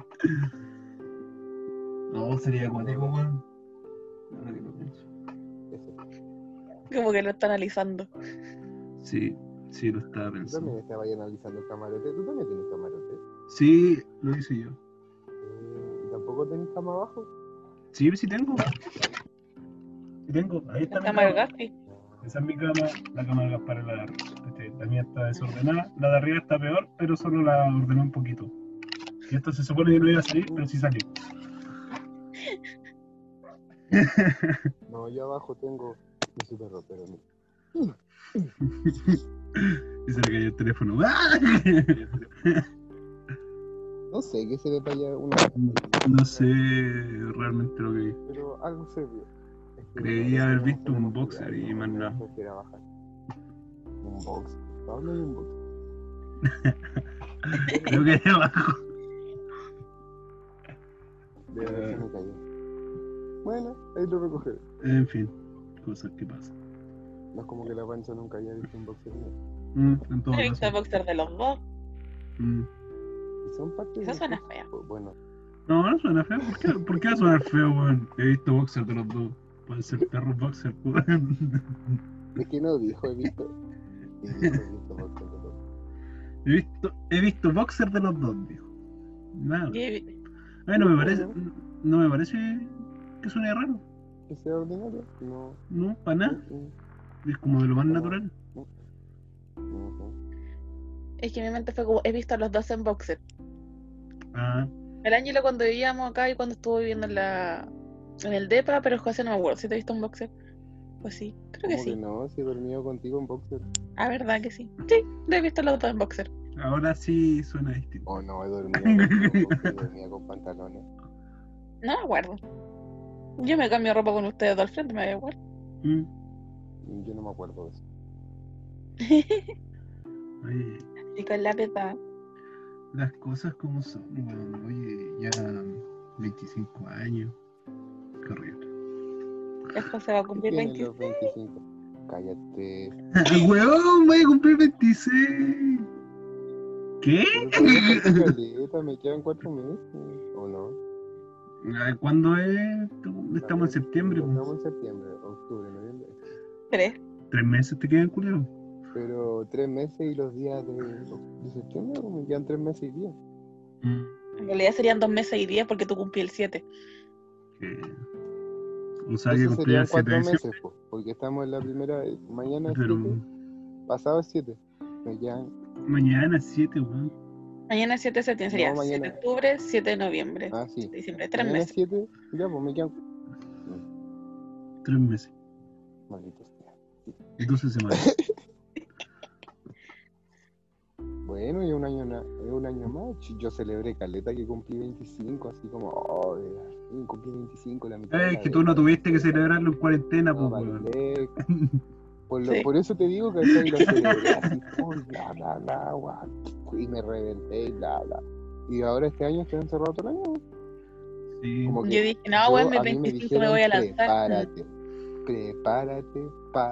[SPEAKER 5] No, sería acuático, weón. Ahora que lo pienso.
[SPEAKER 3] Como que lo está analizando.
[SPEAKER 5] Sí, lo estaba
[SPEAKER 2] Tú
[SPEAKER 5] pensando.
[SPEAKER 2] también estabas ahí analizando el camarote. ¿Tú también tienes camarote?
[SPEAKER 5] Sí, lo hice yo.
[SPEAKER 2] ¿Y tampoco tenés cama abajo?
[SPEAKER 5] Sí tengo. Sí tengo. Ahí está
[SPEAKER 3] La
[SPEAKER 5] mi
[SPEAKER 3] cama del
[SPEAKER 5] cama.
[SPEAKER 3] Gaspi.
[SPEAKER 5] Esa es mi cama, la cama de Gaspar es la de arriba. La mía está desordenada, la de arriba está peor, pero solo la ordené un poquito. Y esto se supone que no iba a salir, pero sí salió.
[SPEAKER 2] No, yo abajo tengo mi super ropero.
[SPEAKER 5] Y se le cayó el teléfono. ¡Ah!
[SPEAKER 2] No sé qué se ve para allá uno.
[SPEAKER 5] No sé realmente lo que vi.
[SPEAKER 2] Pero algo se vio. Es que
[SPEAKER 5] Creí
[SPEAKER 2] no
[SPEAKER 5] haber
[SPEAKER 2] tenemos
[SPEAKER 5] visto un
[SPEAKER 2] tenemos
[SPEAKER 5] boxer
[SPEAKER 2] cuidado,
[SPEAKER 5] y más
[SPEAKER 2] no
[SPEAKER 5] nada.
[SPEAKER 2] prefiero bajar. Un boxer. ¿Dónde hay un boxer?
[SPEAKER 5] Creo que ahí abajo.
[SPEAKER 2] De verdad se me cayó. Bueno, ahí lo recogeré.
[SPEAKER 5] En fin, cosas que pasan.
[SPEAKER 2] No es como que la pancha nunca haya visto un boxer mío.
[SPEAKER 5] En todo
[SPEAKER 3] He visto el
[SPEAKER 5] caso.
[SPEAKER 3] boxer de los dos.
[SPEAKER 2] Y son parte
[SPEAKER 3] Eso
[SPEAKER 2] de
[SPEAKER 3] suena feo.
[SPEAKER 2] Bueno,
[SPEAKER 5] No suena feo. ¿Por qué va a sonar feo, weón? He visto boxer de los dos. Pueden ser perros boxer, weón.
[SPEAKER 2] es que no dijo, he visto. Sí, dijo, he visto boxer de los.
[SPEAKER 5] He visto boxer de los dos, dijo. Nada.
[SPEAKER 3] Y-
[SPEAKER 5] No me parece que suene raro.
[SPEAKER 2] ¿Que sea ordinario? No.
[SPEAKER 5] No, para nada. Es como de lo más natural.
[SPEAKER 3] Es que mi mente fue como, he visto a los dos en boxer.
[SPEAKER 5] Ah,
[SPEAKER 3] El Ángelo cuando vivíamos acá y cuando estuvo viviendo en el DEPA, pero el José no me acuerdo si te he visto en boxer. Pues sí, creo que
[SPEAKER 2] ¿Cómo que
[SPEAKER 3] sí.
[SPEAKER 2] no? Si he dormido contigo en boxer.
[SPEAKER 3] Ah, verdad que sí. Sí, lo he visto a los dos en boxer.
[SPEAKER 5] ahora sí suena distinto.
[SPEAKER 2] O no, he dormido contigo en boxer, dormía con pantalones.
[SPEAKER 3] No me acuerdo. Yo me cambio ropa con ustedes dos al frente, me da igual.
[SPEAKER 5] Mm.
[SPEAKER 2] Yo no me acuerdo de eso.
[SPEAKER 5] Oye,
[SPEAKER 3] Y con la pepa.
[SPEAKER 5] las cosas como son, weón. Oye, ya 25 años. Qué horrible.
[SPEAKER 3] El José va a
[SPEAKER 2] ¿Qué
[SPEAKER 3] cumplir
[SPEAKER 2] tienen
[SPEAKER 3] 26.
[SPEAKER 2] los 25? Cállate.
[SPEAKER 5] ¡Weón! Voy a cumplir 26. ¿Qué?
[SPEAKER 2] Pero todavía falta caleta, me quedan 4 meses. ¿O no?
[SPEAKER 5] ¿Cuándo es? Estamos en septiembre, pues.
[SPEAKER 2] Estamos en septiembre, octubre, noviembre.
[SPEAKER 3] 3.
[SPEAKER 5] 3 meses te quedan, culiao.
[SPEAKER 2] Pero 3 meses y los días de septiembre, me quedan 3 meses y días.
[SPEAKER 3] En realidad serían 2 meses y 10 porque tú cumplí el 7.
[SPEAKER 5] O sea que
[SPEAKER 2] Esos
[SPEAKER 5] cumplí el
[SPEAKER 2] serían
[SPEAKER 5] 7 de
[SPEAKER 2] 4
[SPEAKER 5] diciembre.
[SPEAKER 2] meses, porque estamos en la primera, mañana es
[SPEAKER 5] Pero
[SPEAKER 2] 7, pasado es 7. Me quedan,
[SPEAKER 5] mañana es 7, weón.
[SPEAKER 3] Mañana es 7 de septiembre, sería
[SPEAKER 2] No, mañana.
[SPEAKER 3] 7 de octubre, 7 de noviembre,
[SPEAKER 2] ah, sí.
[SPEAKER 3] 7 de diciembre, 3
[SPEAKER 2] Mañana es
[SPEAKER 3] meses.
[SPEAKER 2] 7, ya, pues me quedan,
[SPEAKER 5] 3 meses.
[SPEAKER 2] malditos sea.
[SPEAKER 5] 12 semanas.
[SPEAKER 2] Bueno, y un año más. Yo celebré caleta que cumplí 25, así como, cumplí 25, la mitad. de
[SPEAKER 5] Es
[SPEAKER 2] la
[SPEAKER 5] que tú no
[SPEAKER 2] década.
[SPEAKER 5] tuviste que celebrarlo en cuarentena,
[SPEAKER 2] No,
[SPEAKER 5] pues, weón.
[SPEAKER 2] vale.
[SPEAKER 3] Sí.
[SPEAKER 2] Por eso te digo que acá y lo celebré así, bla, bla, bla, guau, y me reventé, bla, bla. Y ahora este año estoy encerrado todo el año.
[SPEAKER 5] Sí.
[SPEAKER 2] Como que
[SPEAKER 3] Yo dije, no, güey,
[SPEAKER 2] a
[SPEAKER 3] mi
[SPEAKER 2] mí me
[SPEAKER 3] 25 me
[SPEAKER 2] dijeron,
[SPEAKER 3] voy a lanzar.
[SPEAKER 2] prepárate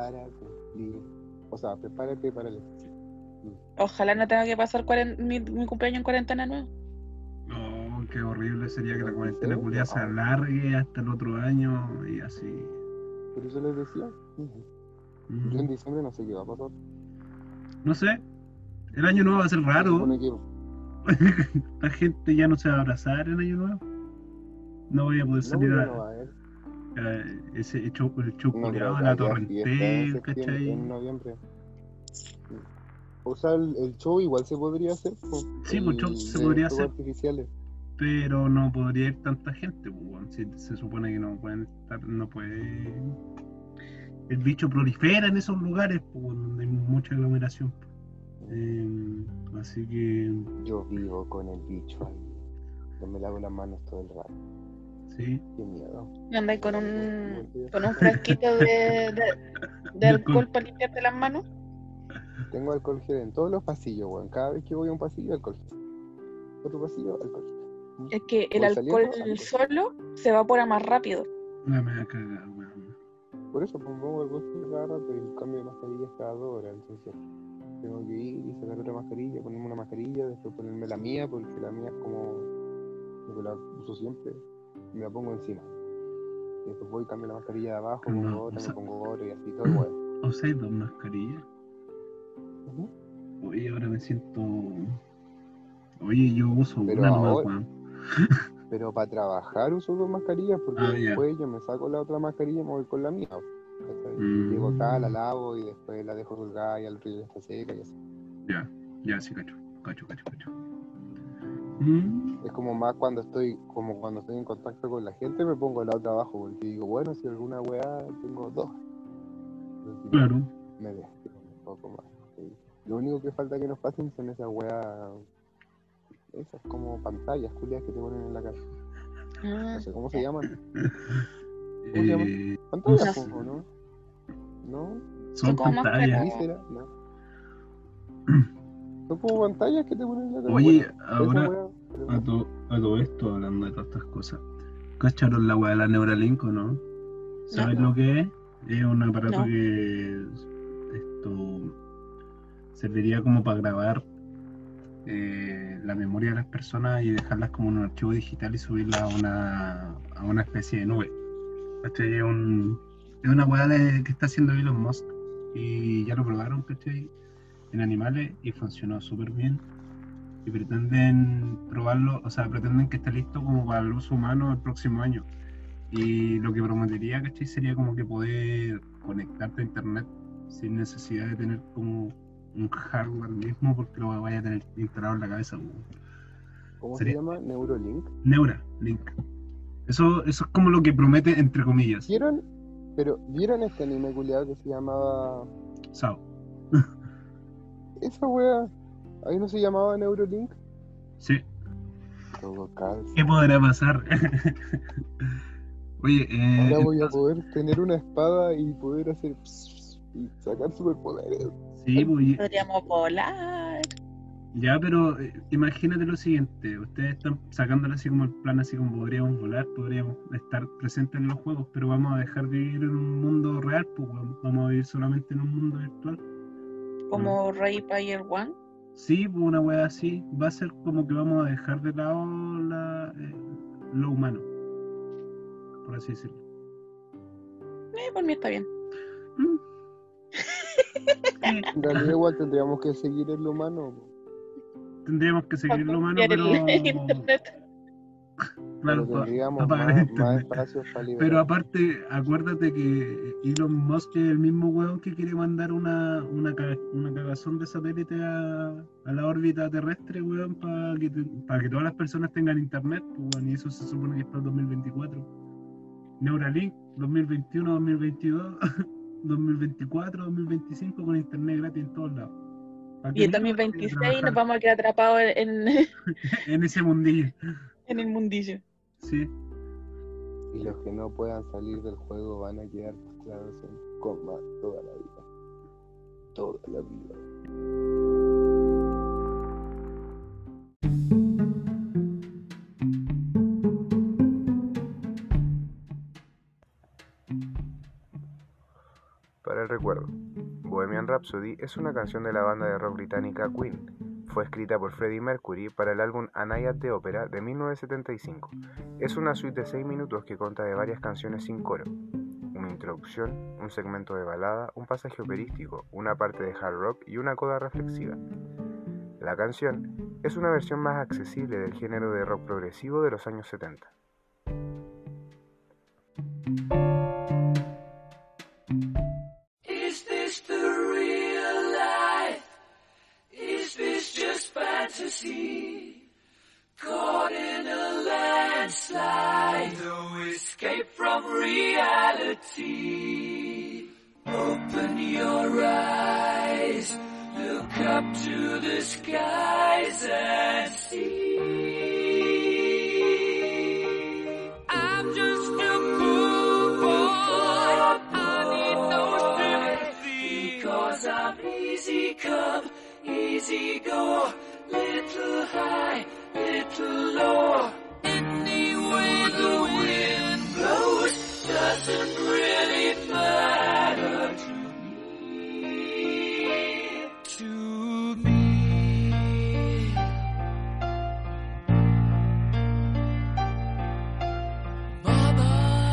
[SPEAKER 2] para el ejercicio.
[SPEAKER 3] Ojalá no tenga que pasar mi cumpleaños en cuarentena nueva.
[SPEAKER 5] Oh, qué horrible sería que la cuarentena
[SPEAKER 2] ¿Sí?
[SPEAKER 5] culiada se alargue hasta el otro año y así.
[SPEAKER 2] Por eso les decía. Yo en diciembre no sé qué va a pasar.
[SPEAKER 5] No sé. El año nuevo va a ser
[SPEAKER 2] Se
[SPEAKER 5] raro.
[SPEAKER 2] supone que
[SPEAKER 5] La gente ya no se va a abrazar en año nuevo. No voy a poder salir
[SPEAKER 2] no va a haber.
[SPEAKER 5] ese el show
[SPEAKER 2] No
[SPEAKER 5] culiado
[SPEAKER 2] creo
[SPEAKER 5] de
[SPEAKER 2] que
[SPEAKER 5] la
[SPEAKER 2] haya
[SPEAKER 5] Torre
[SPEAKER 2] fiesta en
[SPEAKER 5] Eiffel,
[SPEAKER 2] septiembre,
[SPEAKER 5] ¿cachai?
[SPEAKER 2] en noviembre. O sea, el show igual se podría hacer.
[SPEAKER 5] Sí, pues, show se
[SPEAKER 2] de
[SPEAKER 5] podría
[SPEAKER 2] fuegos
[SPEAKER 5] hacer.
[SPEAKER 2] artificiales.
[SPEAKER 5] Pero no podría ir tanta gente, pues, weón. Si se supone que no pueden estar, no puede. El bicho prolifera en esos lugares, pues, donde hay mucha aglomeración. Así que
[SPEAKER 2] Yo vivo con el bicho ahí. Yo me lavo las manos todo el rato.
[SPEAKER 5] sí.
[SPEAKER 2] Qué miedo.
[SPEAKER 3] Y andáis con un frasquito de alcohol para limpiarte las manos.
[SPEAKER 2] Tengo alcohol gel en todos los pasillos, weón. Cada vez que voy a un pasillo, alcohol gel. Otro pasillo, alcohol gel.
[SPEAKER 3] Es que el
[SPEAKER 2] Voy saliendo,
[SPEAKER 3] alcohol
[SPEAKER 2] salgo.
[SPEAKER 3] solo se evapora más rápido.
[SPEAKER 5] No me va a cagar, weón.
[SPEAKER 2] Por eso pues, pongo el bolsillo cada rato y el cambio de mascarilla es cada 2 horas. Entonces tengo que ir y sacar otra mascarilla, ponerme una mascarilla, después ponerme la mía, porque la mía es como que la uso siempre, y me la pongo encima. Y después voy y cambio la mascarilla de abajo,
[SPEAKER 5] No,
[SPEAKER 2] pongo otra,
[SPEAKER 5] o sea-
[SPEAKER 2] me pongo otra y así todo el huevo.
[SPEAKER 5] ¿Usáis 2 mascarillas?
[SPEAKER 2] Ujú.
[SPEAKER 5] Oye, ahora me siento... Oye, yo uso
[SPEAKER 2] Pero
[SPEAKER 5] una nomás,
[SPEAKER 2] ahora-
[SPEAKER 5] weón.
[SPEAKER 2] Pero para trabajar uso 2 mascarillas porque
[SPEAKER 5] Ah, ya.
[SPEAKER 2] después yo me saco la otra mascarilla y me voy con la mía. ¿Cachai?
[SPEAKER 5] Mm.
[SPEAKER 2] Llego acá, la lavo y después la dejo colgada y al otro día está seca y así.
[SPEAKER 5] Ya, sí, cacho.
[SPEAKER 2] Es como más cuando estoy en contacto con la gente me pongo la otra abajo porque digo, bueno, si alguna weá tengo 2. Entonces,
[SPEAKER 5] Claro.
[SPEAKER 2] me dejo un poco más. ¿Sí? Lo único que falta que nos pasen son esas weas, esas como pantallas culias que te ponen en la cara. No sé cómo se llaman. ¿Cómo se llaman?
[SPEAKER 5] Eh,
[SPEAKER 2] Pantallas,
[SPEAKER 5] no sé.
[SPEAKER 2] ¿o no? ¿No?
[SPEAKER 5] son
[SPEAKER 3] como más
[SPEAKER 5] pantallas.
[SPEAKER 3] como-
[SPEAKER 2] ¿Víscera? No. Son como pantallas que te ponen en la cara.
[SPEAKER 5] Oye,
[SPEAKER 2] Bueno,
[SPEAKER 5] ahora
[SPEAKER 2] esa wea, pero-
[SPEAKER 5] a todo esto, hablando de todas estas cosas, ¿cacharon la weá de la Neuralink o no? ¿Sabes
[SPEAKER 2] No.
[SPEAKER 5] lo que es? Es un aparato
[SPEAKER 3] No.
[SPEAKER 5] que serviría como para grabar la memoria de las personas y dejarlas como en un archivo digital y subirla a una especie de nube. ¿Cachai? Es una weá que está haciendo Elon Musk y ya lo probaron, ¿cachai? En animales y funcionó súper bien. Y pretenden probarlo, o sea, pretenden que esté listo como para el uso humano el próximo año. Y lo que prometería, ¿cachai? Sería como que poder conectarte a internet sin necesidad de tener como un hardware mismo porque lo vaya a tener instalado en la cabeza.
[SPEAKER 2] ¿Cómo
[SPEAKER 5] sería-
[SPEAKER 2] se llama? Neurolink.
[SPEAKER 5] Neuralink. Eso es como lo que promete, entre comillas.
[SPEAKER 2] ¿Vieron este anime culiado que se llamaba...
[SPEAKER 5] Sao.
[SPEAKER 2] Esa wea, ahí no se llamaba Neurolink?
[SPEAKER 5] Sí.
[SPEAKER 2] Todo calza.
[SPEAKER 5] ¿Qué podrá pasar? Oye,
[SPEAKER 2] Ahora voy a poder tener una espada y poder hacer y sacar superpoderes.
[SPEAKER 5] sí, pues,
[SPEAKER 3] Podríamos volar.
[SPEAKER 5] ya, pero imagínate lo siguiente, ustedes están sacándolo así como el plan, así como podríamos volar, podríamos estar presentes en los juegos, pero vamos a dejar de vivir en un mundo real, pues vamos a vivir solamente en un mundo virtual.
[SPEAKER 3] Como Ray Player One.
[SPEAKER 5] Sí, pues una wea así, va a ser como que vamos a dejar de lado lo humano, por así decirlo.
[SPEAKER 3] Por mí está bien.
[SPEAKER 5] Mm.
[SPEAKER 2] En realidad igual tendríamos que seguir el humano.
[SPEAKER 5] Tendríamos que seguir lo humano,
[SPEAKER 3] Copiar
[SPEAKER 5] pero
[SPEAKER 3] el internet.
[SPEAKER 5] claro,
[SPEAKER 2] Pero tendríamos
[SPEAKER 5] para
[SPEAKER 2] más
[SPEAKER 5] internet.
[SPEAKER 2] espacios para
[SPEAKER 5] Pero
[SPEAKER 2] liberar.
[SPEAKER 5] aparte, acuérdate que Elon Musk es el mismo weón que quiere mandar una cagazón de satélite a la órbita terrestre, weón, para que todas las personas tengan internet, pues, weón, y eso se supone que es para el 2024. Neuralink, 2021, 2022, 2024, 2025 con internet gratis en todos lados. ¿Para qué
[SPEAKER 3] Y en
[SPEAKER 5] mierda
[SPEAKER 3] 2026
[SPEAKER 5] voy a
[SPEAKER 3] nos
[SPEAKER 5] trabajar
[SPEAKER 3] vamos a quedar atrapados
[SPEAKER 5] en ese mundillo?
[SPEAKER 3] en el mundillo.
[SPEAKER 5] Sí.
[SPEAKER 2] Y los que no puedan salir del juego van a quedar postrados en coma toda la vida. Toda la vida. Para el recuerdo, Bohemian Rhapsody es una canción de la banda de rock británica Queen. Fue escrita por Freddie Mercury para el álbum A Night at the Opera de 1975. Es una suite de 6 minutos que consta de varias canciones sin coro, una introducción, un segmento de balada, un pasaje operístico, una parte de hard rock y una coda reflexiva. La canción es una versión más accesible del género de rock progresivo de los años 70.
[SPEAKER 6] Is this the real life? Is this just fantasy? Caught in a landslide, no escape from reality. Open your eyes, look up to the skies and see. I'm just a poor boy, I need no sympathy, because I'm easy come, easy go, little high, little low. doesn't really matter to me. Mama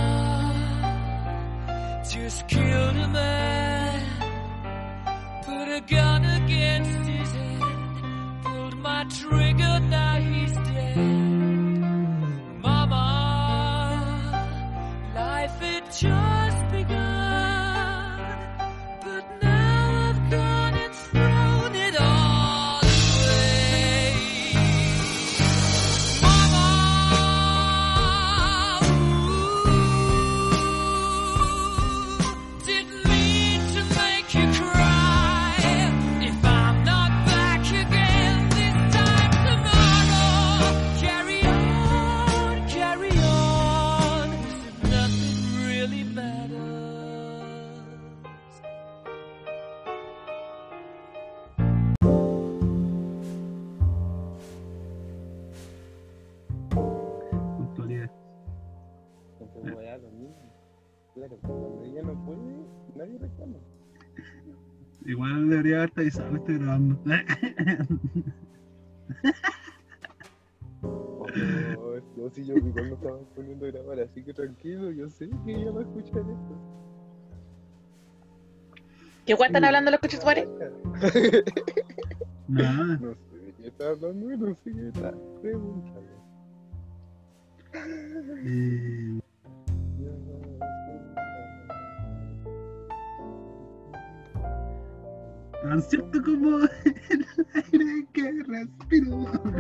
[SPEAKER 6] just killed a man, put a gun against his head, pulled my trigger, now he's dead. Mama, life had just begun, but now I've gone and thrown it all away. Mama, didn't mean to make you cry. If I'm not back again this time tomorrow, carry on, as if nothing really matters.
[SPEAKER 5] Puntualidad.
[SPEAKER 4] Entonces voy a dormir. Claro, cuando ella no puede, nadie reclama.
[SPEAKER 5] Igual debería haberte avisado que estoy grabando.
[SPEAKER 4] Oh, no, si yo igual no estaba poniendo a grabar, así que tranquilo, yo sé que ella va a escuchar esto.
[SPEAKER 3] ¿Qué guay están hablando los coches tuares?
[SPEAKER 5] Nada.
[SPEAKER 4] No sé de qué está hablando y no sé qué está preguntando.
[SPEAKER 5] Eh, Tan cierto como el aire que respiro.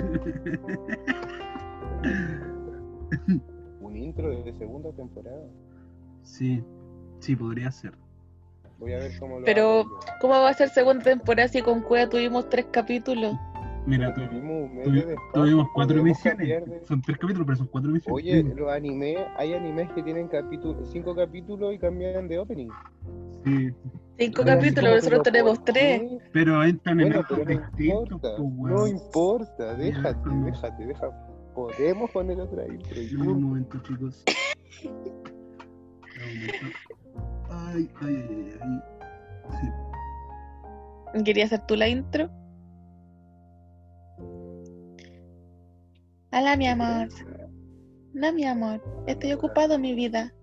[SPEAKER 4] Un intro de segunda temporada.
[SPEAKER 5] Sí, sí, podría ser.
[SPEAKER 4] Voy a ver cómo lo
[SPEAKER 3] Pero,
[SPEAKER 4] hago yo.
[SPEAKER 3] ¿cómo va a ser segunda temporada si con Cueva tuvimos 3 capítulos?
[SPEAKER 5] Mira,
[SPEAKER 4] Tuvimos un medio de espacio,
[SPEAKER 5] tuvimos 4
[SPEAKER 4] podemos
[SPEAKER 5] emisiones.
[SPEAKER 4] cambiar de-
[SPEAKER 5] Son 3 capítulos, pero son 4 emisiones.
[SPEAKER 4] Oye, los animes, hay animes que tienen 5 capítulos y cambian de opening.
[SPEAKER 5] Sí,
[SPEAKER 3] 5
[SPEAKER 5] Ahora
[SPEAKER 3] capítulos,
[SPEAKER 5] sí,
[SPEAKER 3] nosotros tenemos 3.
[SPEAKER 4] Sí,
[SPEAKER 5] pero entran en
[SPEAKER 4] bueno,
[SPEAKER 5] arcos
[SPEAKER 4] pero no
[SPEAKER 5] distintos,
[SPEAKER 4] importa,
[SPEAKER 5] pues,
[SPEAKER 4] no
[SPEAKER 5] weón.
[SPEAKER 4] importa, déjate.
[SPEAKER 5] Ya,
[SPEAKER 4] Podemos poner otra intro y
[SPEAKER 5] Dame un momento, chicos. Dame un momento. Ay, ay, ay, ay. Sí.
[SPEAKER 3] ¿Quería hacer tú la intro? Hola, mi amor. No, mi amor. Estoy ocupado, mi vida.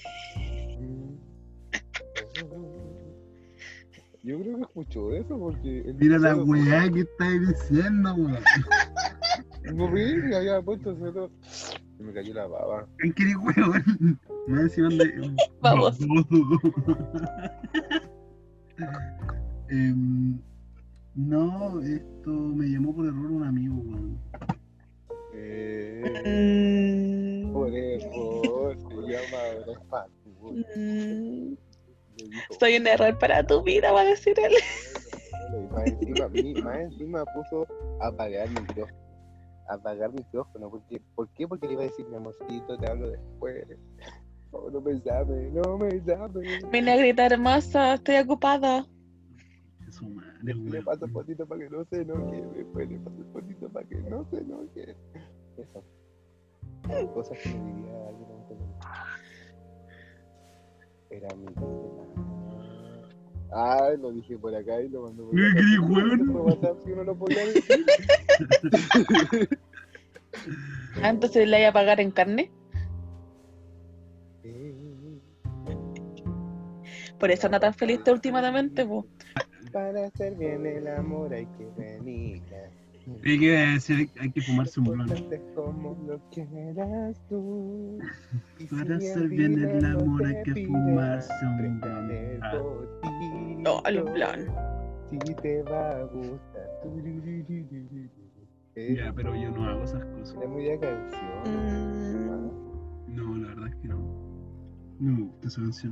[SPEAKER 4] Yo creo que escuchó eso porque el
[SPEAKER 5] Mira la
[SPEAKER 4] solo-
[SPEAKER 5] weá que estáis diciendo, weón.
[SPEAKER 4] No vi que había puesto solo. Se me cayó la baba.
[SPEAKER 5] ¿Qué querés, weón? Más encima de.
[SPEAKER 3] Vamos.
[SPEAKER 5] No, esto me llamó por error un amigo, weón.
[SPEAKER 4] Por eso se llama Raspacu.
[SPEAKER 3] Soy un error para tu vida, va a decir él.
[SPEAKER 4] Más encima puso apagar micrófono. Apagar micrófono. ¿Por qué? Porque le iba a decir, mi amorcito, te hablo después. Oh, no me llame.
[SPEAKER 3] Mi negrita hermosa, estoy ocupada.
[SPEAKER 5] Eso, madre,
[SPEAKER 4] Le
[SPEAKER 5] weón.
[SPEAKER 4] paso el potito para que no se enoje. Después le paso el potito para que no se enoje. Eso. Cosas que le diría a alguien a un teléfono. Era mi Ay, lo dije por acá y lo mandó por
[SPEAKER 5] ¿Qué
[SPEAKER 4] acá.
[SPEAKER 5] querés, weón?
[SPEAKER 4] Por WhatsApp, si uno lo podía decir.
[SPEAKER 3] Entonces le voy a pagar en carne. Por eso anda tan feliz últimamente, po.
[SPEAKER 4] Para hacer bien el amor hay que venir.
[SPEAKER 5] ¿Qué quiere decir? Hay que fumarse un blon.
[SPEAKER 4] Importante como lo quieras tú. Y
[SPEAKER 5] Para
[SPEAKER 4] si
[SPEAKER 5] hacer bien el
[SPEAKER 4] dinero
[SPEAKER 5] amor
[SPEAKER 4] te
[SPEAKER 5] hay que
[SPEAKER 4] pide,
[SPEAKER 5] fumarse un
[SPEAKER 4] préstale el
[SPEAKER 5] blon.
[SPEAKER 4] potito.
[SPEAKER 3] No, el blon.
[SPEAKER 4] Si te va a gustar.
[SPEAKER 5] Ya, pero yo no hago esas cosas.
[SPEAKER 4] Es muy de canción.
[SPEAKER 5] No, la verdad es que no. No me gusta esa canción.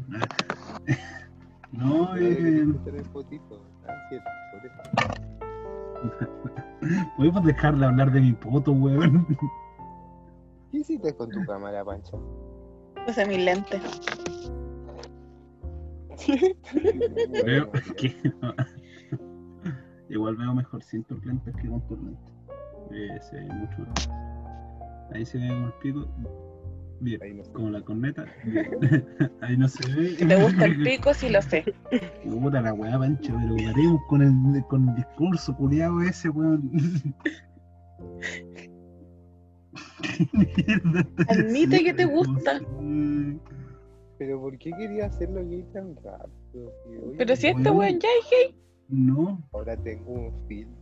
[SPEAKER 5] No,
[SPEAKER 4] el potito. Ah, sí, por eso.
[SPEAKER 5] podemos dejar de hablar de mi poto, weón.
[SPEAKER 4] ¿Qué hiciste con tu cámara, Pancho?
[SPEAKER 3] Puse mis lentes.
[SPEAKER 5] Veo que no. Igual veo mejor sin tus lentes que con tus lentes. Se ve mucho mejor. Ahí se ve como el pico. Bien,
[SPEAKER 2] Ahí no sé.
[SPEAKER 5] como la corneta. Bien. Ahí no se ve.
[SPEAKER 3] Si te gusta el pico, sí lo sé.
[SPEAKER 5] Puta la weá, Pancho, pero paremos con el discurso culiado ese, weón. ¿Qué mierda estás
[SPEAKER 3] Admite que te
[SPEAKER 5] haciendo?
[SPEAKER 3] gusta.
[SPEAKER 5] Sí.
[SPEAKER 2] Pero ¿por qué quería hacerlo gay tan rápido? Sí, oye,
[SPEAKER 3] Pero si este
[SPEAKER 5] Weón.
[SPEAKER 3] weón ya es gay.
[SPEAKER 5] No,
[SPEAKER 2] ahora tengo un filtro.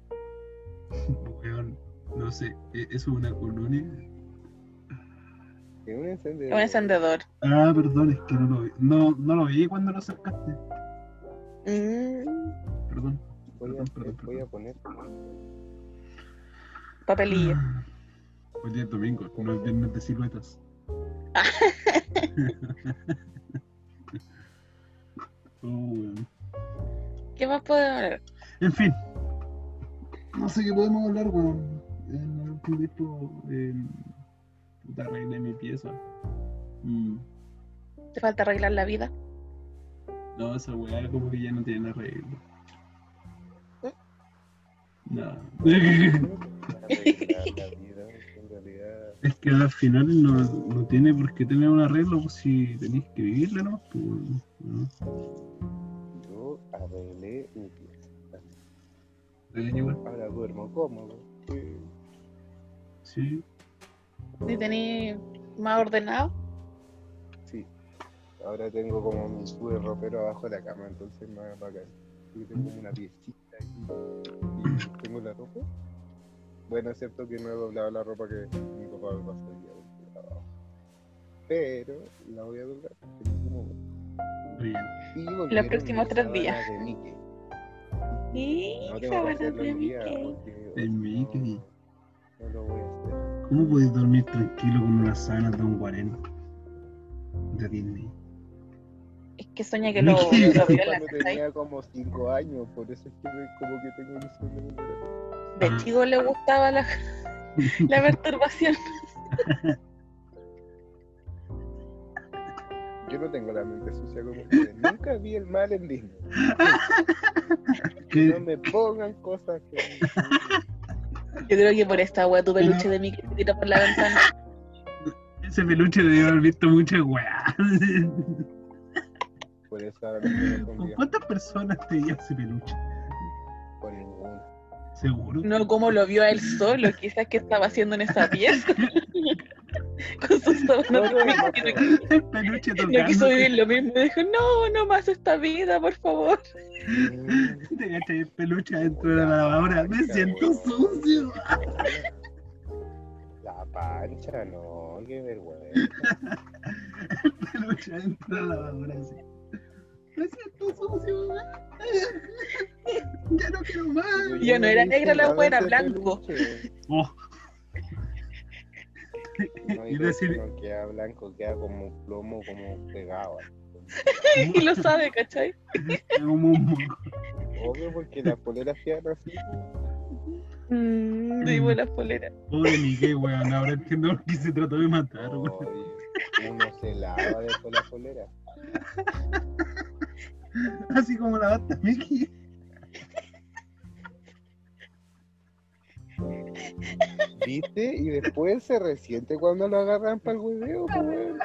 [SPEAKER 5] weón, no sé, ¿eso es una colonia?
[SPEAKER 2] Es un encendedor.
[SPEAKER 3] Es un encendedor.
[SPEAKER 5] Ah, perdón, es que no lo vi. No lo vi cuando lo acercaste. Perdón.
[SPEAKER 2] Voy a
[SPEAKER 5] Perdón.
[SPEAKER 2] poner.
[SPEAKER 3] Papelillo.
[SPEAKER 5] Hoy día es domingo, no es viernes de siluetas. Oh, weón.
[SPEAKER 3] ¿Qué más podemos hablar?
[SPEAKER 5] En fin. No sé qué podemos hablar, weón. En el último tiempo, puta, arreglé mi pieza.
[SPEAKER 3] ¿Te falta arreglar la vida?
[SPEAKER 5] No, esa weá como que ya no tiene arreglo. No.
[SPEAKER 2] Arreglar la vida, en realidad.
[SPEAKER 5] Es que al final no tiene por qué tener un arreglo, pues, si tenéis que vivirla, ¿no? Pues, ¿no?
[SPEAKER 2] Yo arreglé mi pieza.
[SPEAKER 5] Bien, igual.
[SPEAKER 2] Ahora duermo cómodo. Sí.
[SPEAKER 5] Sí.
[SPEAKER 3] ¿Ni tenés más ordenado?
[SPEAKER 2] Sí. Ahora tengo como mi sube ropero abajo de la cama, entonces más bacán. Y tengo como una piecita y tengo la ropa. Bueno, excepto que no he doblado la ropa que mi papá me pasó el día del trabajo. Pero la voy a doblar en algún momento.
[SPEAKER 5] Bien.
[SPEAKER 2] Y
[SPEAKER 3] Los
[SPEAKER 2] volvieron
[SPEAKER 3] próximos
[SPEAKER 2] mis
[SPEAKER 3] 3 días.
[SPEAKER 2] sábanas de Mickey.
[SPEAKER 3] Y
[SPEAKER 2] No tengo que hacerlo
[SPEAKER 3] de
[SPEAKER 2] hoy día
[SPEAKER 3] Mickey.
[SPEAKER 2] porque
[SPEAKER 5] El Mickey.
[SPEAKER 2] no lo voy a hacer.
[SPEAKER 5] ¿Cómo podéis dormir tranquilo con unas sábanas de un guarén? De Disney.
[SPEAKER 3] Es que sueña que lo
[SPEAKER 5] Mickey.
[SPEAKER 3] vio en la
[SPEAKER 2] Cuando
[SPEAKER 3] casa.
[SPEAKER 2] tenía como 5 años, por eso es que como que tengo ilusión de volver a hacer.
[SPEAKER 3] De chico le gustaba la perturbación.
[SPEAKER 2] Yo no tengo la mente sucia como ustedes. Nunca vi el mal en Disney.
[SPEAKER 5] ¿Qué?
[SPEAKER 2] No me pongan cosas que...
[SPEAKER 3] Yo creo que por esta wea tu peluche de Mickey se tira por la ventana.
[SPEAKER 5] Ese peluche debe haber visto muchas weas.
[SPEAKER 2] Por eso ahora no estoy
[SPEAKER 5] ¿Con
[SPEAKER 2] confundido.
[SPEAKER 5] cuántas personas te dio ese peluche?
[SPEAKER 2] Por ninguno.
[SPEAKER 5] ¿Seguro?
[SPEAKER 3] No como lo vio a él solo, quizás que estaba haciendo en esa pieza. Con sus sábanas
[SPEAKER 2] No,
[SPEAKER 3] de
[SPEAKER 2] no,
[SPEAKER 3] Mickey.
[SPEAKER 5] El peluche
[SPEAKER 3] No
[SPEAKER 5] tocando.
[SPEAKER 3] quiso vivir lo mismo y dijo, no más esta vida, por favor.
[SPEAKER 5] Te cachai el peluche adentro de la lavadora. Me siento sucio.
[SPEAKER 2] La pancha, no, qué vergüenza.
[SPEAKER 5] El peluche adentro de la lavadora. Así. Me siento sucio. Ya no quiero más.
[SPEAKER 3] Ya no era
[SPEAKER 2] le
[SPEAKER 3] negra
[SPEAKER 2] hice
[SPEAKER 3] la
[SPEAKER 2] nada
[SPEAKER 3] wea, era
[SPEAKER 2] a ese
[SPEAKER 3] blanco.
[SPEAKER 2] peluche.
[SPEAKER 5] Oh.
[SPEAKER 2] No,
[SPEAKER 5] Y
[SPEAKER 2] y
[SPEAKER 5] decir-
[SPEAKER 2] no queda blanco, queda como plomo, como pegado.
[SPEAKER 3] Y lo sabe, ¿cachai?
[SPEAKER 5] Como un moco.
[SPEAKER 2] Obvio, porque las poleras quedan así.
[SPEAKER 3] Digo las poleras.
[SPEAKER 5] Pobre Miguel, weón. Ahora entiendo por qué se trató de matar, weón.
[SPEAKER 2] Oye, uno se lava después la polera.
[SPEAKER 5] Así como la bata Mickey.
[SPEAKER 2] ¿Viste? Y después se resiente cuando lo agarran para el hueveo, pues, weón.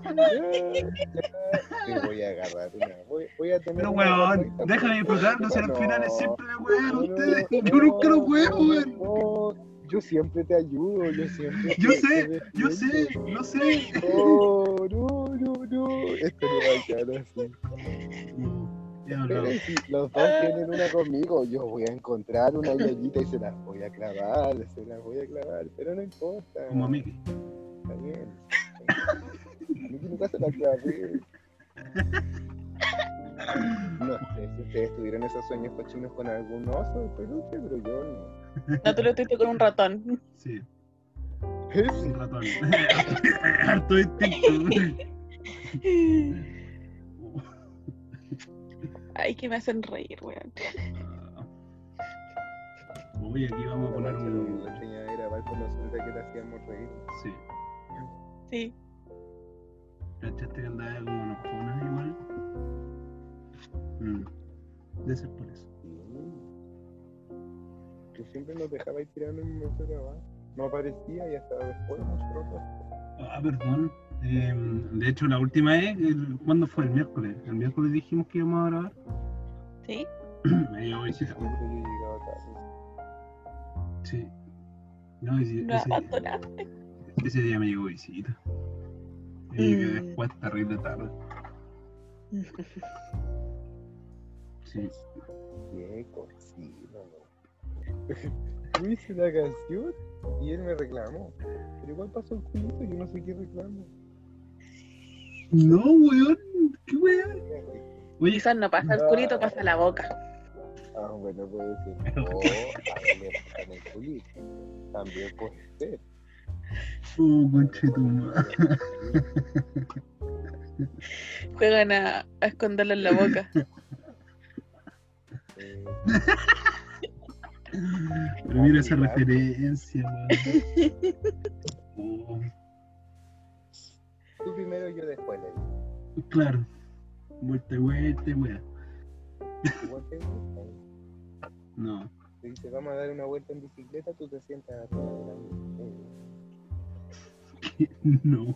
[SPEAKER 2] Te voy a agarrar una. Voy a tener.
[SPEAKER 5] Pero
[SPEAKER 2] una
[SPEAKER 5] weón,
[SPEAKER 2] guaguita,
[SPEAKER 5] déjame disfrutar, no sé,
[SPEAKER 2] No,
[SPEAKER 5] los finales siempre me wean
[SPEAKER 2] no,
[SPEAKER 5] ustedes.
[SPEAKER 2] no,
[SPEAKER 5] Yo nunca los weo,
[SPEAKER 2] no,
[SPEAKER 5] weón.
[SPEAKER 2] no, yo siempre te ayudo, yo siempre.
[SPEAKER 5] Yo
[SPEAKER 2] te
[SPEAKER 5] sé,
[SPEAKER 2] defiendo.
[SPEAKER 5] lo sé.
[SPEAKER 2] No. Esto no va a quedar así.
[SPEAKER 5] Ya
[SPEAKER 2] Pero
[SPEAKER 5] no.
[SPEAKER 2] si los dos tienen una conmigo, yo voy a encontrar una yayita y se las voy a clavar, pero no importa.
[SPEAKER 5] Como a Mickey.
[SPEAKER 2] Está bien. A mí nunca se la clavé. No sé si ustedes tuvieron esos sueños cochinos con algún oso de peluche, pero yo no.
[SPEAKER 3] No, tú lo tuviste con un ratón.
[SPEAKER 5] Sí,
[SPEAKER 2] Sí.
[SPEAKER 5] un ratón. Harto instinto.
[SPEAKER 3] Ay, que me hacen reír, weón.
[SPEAKER 5] Uy, aquí vamos a poner
[SPEAKER 2] Lo
[SPEAKER 5] un.
[SPEAKER 2] que tenía era para conocer de que te hacíamos reír.
[SPEAKER 5] Sí.
[SPEAKER 3] Sí.
[SPEAKER 5] ¿Cachaste que andaba como enojona igual? Debe ser por eso.
[SPEAKER 2] Tú siempre nos dejabas ir tirando en un momento de trabajo. No aparecía y hasta después, mucho rato.
[SPEAKER 5] Perdón. De hecho, la última vez, ¿cuándo fue? El miércoles. El miércoles dijimos que íbamos a grabar.
[SPEAKER 3] ¿Sí?
[SPEAKER 5] Me llegó visita.
[SPEAKER 4] Siempre yo llegaba tarde.
[SPEAKER 5] Sí. No,
[SPEAKER 3] Lo abandonaste.
[SPEAKER 5] ese día me llegó visita. Y llegué después terrible tarde. Sí.
[SPEAKER 4] Qué cocina, ¿no? Yo hice la canción y él me reclamó. Pero igual pasó el culito y yo no sé qué reclamo.
[SPEAKER 5] No, weón. ¿Qué weón? Oye,
[SPEAKER 3] Quizás no pasa el culito, pasa la boca.
[SPEAKER 4] Ah, bueno, puede ser. O a él le pasan el culito. También puede ser.
[SPEAKER 5] conchetumare.
[SPEAKER 3] Juegan a esconderlo en la boca.
[SPEAKER 5] Pero mira esa referencia, weón.
[SPEAKER 4] Tú primero, yo después le digo.
[SPEAKER 5] Claro. Vuelta, weón.
[SPEAKER 4] Igual te gusta.
[SPEAKER 5] No.
[SPEAKER 4] Te dice, vamos a dar una vuelta en bicicleta, tú te sientas arriba de la bicicleta.
[SPEAKER 5] No.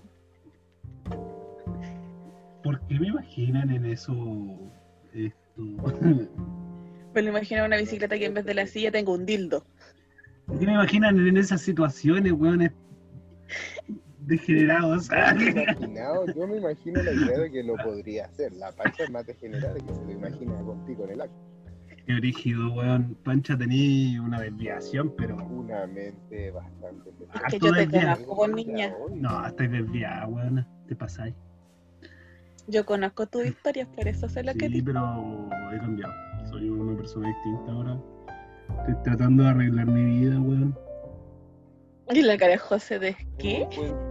[SPEAKER 5] ¿Por qué me imaginan en eso esto?
[SPEAKER 3] Me lo imagino una bicicleta que en vez de la silla tengo un dildo.
[SPEAKER 5] ¿Por qué me imaginan en esas situaciones, weones degenerados?
[SPEAKER 4] Yo me imagino la idea de que lo podría hacer. La Pancha es más degenerada que se lo imagina contigo en el acto.
[SPEAKER 5] Qué brígido, weón. Pancha tenía una desviación, pero...
[SPEAKER 4] Una mente bastante...
[SPEAKER 3] Que yo te conozco, por niña.
[SPEAKER 5] No, estoy desviada, weón. Te pasáis.
[SPEAKER 3] Yo conozco tus historias, por eso sé lo que
[SPEAKER 5] Sí,
[SPEAKER 3] dices.
[SPEAKER 5] pero he cambiado. Soy una persona distinta ahora. Estoy tratando de arreglar mi vida, weón.
[SPEAKER 3] Y la cara de José de ¿qué?